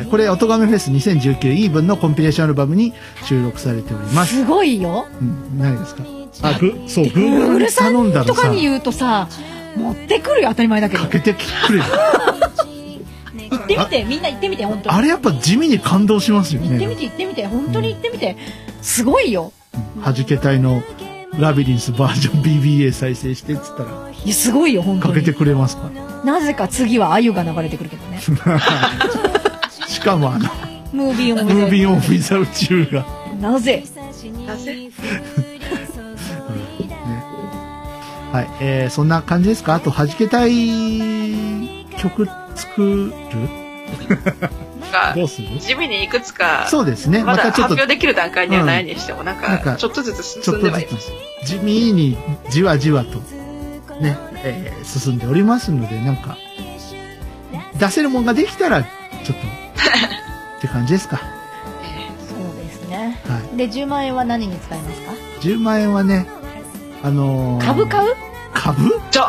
これ、おとがめフェス2019イーブンのコンピレーションアルバムに収録されております。 すごいよ。 何ですか？そう、Google さんとかに言うとさ、持ってくるよ、当たり前だけど。 かけてくれる。 行ってみて、みんな行ってみて、本当に。 あれやっぱ地味に感動しますよね。 行ってみて、本当に行ってみて。すごいよ。 はじけ隊のラビリンスバージョン BBA 再生してっつったら。 いや、すごいよ、本当に。 かけてくれますか？ なぜか次はあゆが流れてくるけどね。 しかもムービーオンウィザウチューが。 なぜはい、そんな感じですか？あと、はじけたい曲作るどうする？ 地味にいくつか、 そうですね。 まだ発表できる段階にはないにしても、なんか、ちょっとずつ進んではいます。 地味にじわじわと、ね、進んでおりますので、なんか、出せるもんができたら、ちょっと、って感じですか。 そうですね。はい。で、10万円は何に使いますか ？10万円はね、 株買う？ 株？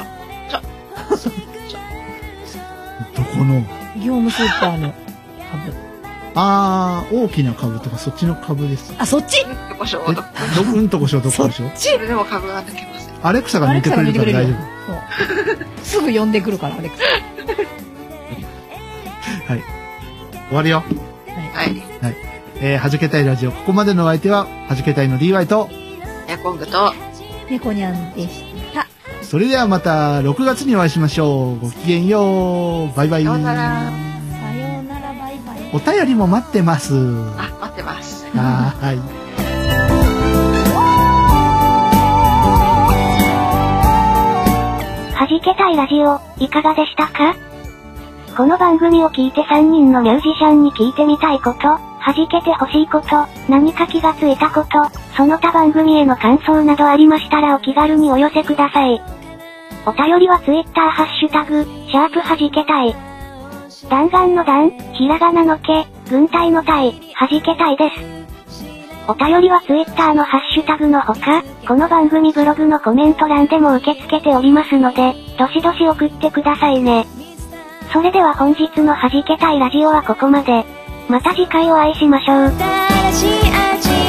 どこの？ 業務スーパーの株。 大きな株とかそっちの株です。 そっち？ どこしょどこしょ。 そっち？それでも株が抜けません。 アレクサが抜いてくれるから大丈夫。すぐ呼んでくるから、アレクサ。 はい。終わるよ。はい。はじけたいラジオ、ここまでのお相手は、はじけたいの DY と、 ヤコングと、 猫にゃんでした。 それではまた6月にお会いしましょう。ごきげんよう。バイバイ。 さようなら。 お便りも待ってます。 あ、待ってます。 はい。 はじけたいラジオ、いかがでしたか？この番組を聞いて3人のミュージシャンに聞いてみたいこと、はじけてほしいこと、何か気がついたこと、その他番組への感想などありましたらお気軽にお寄せください。お便りはツイッターハッシュタグ、はじけたい。弾丸の弾、ひらがなのけ、軍隊の隊、はじけたいです。お便りはツイッターのハッシュタグのほか、この番組ブログのコメント欄でも受け付けておりますので、どしどし送ってくださいね。それでは本日のはじけたいラジオはここまで。また次回お会いしましょう。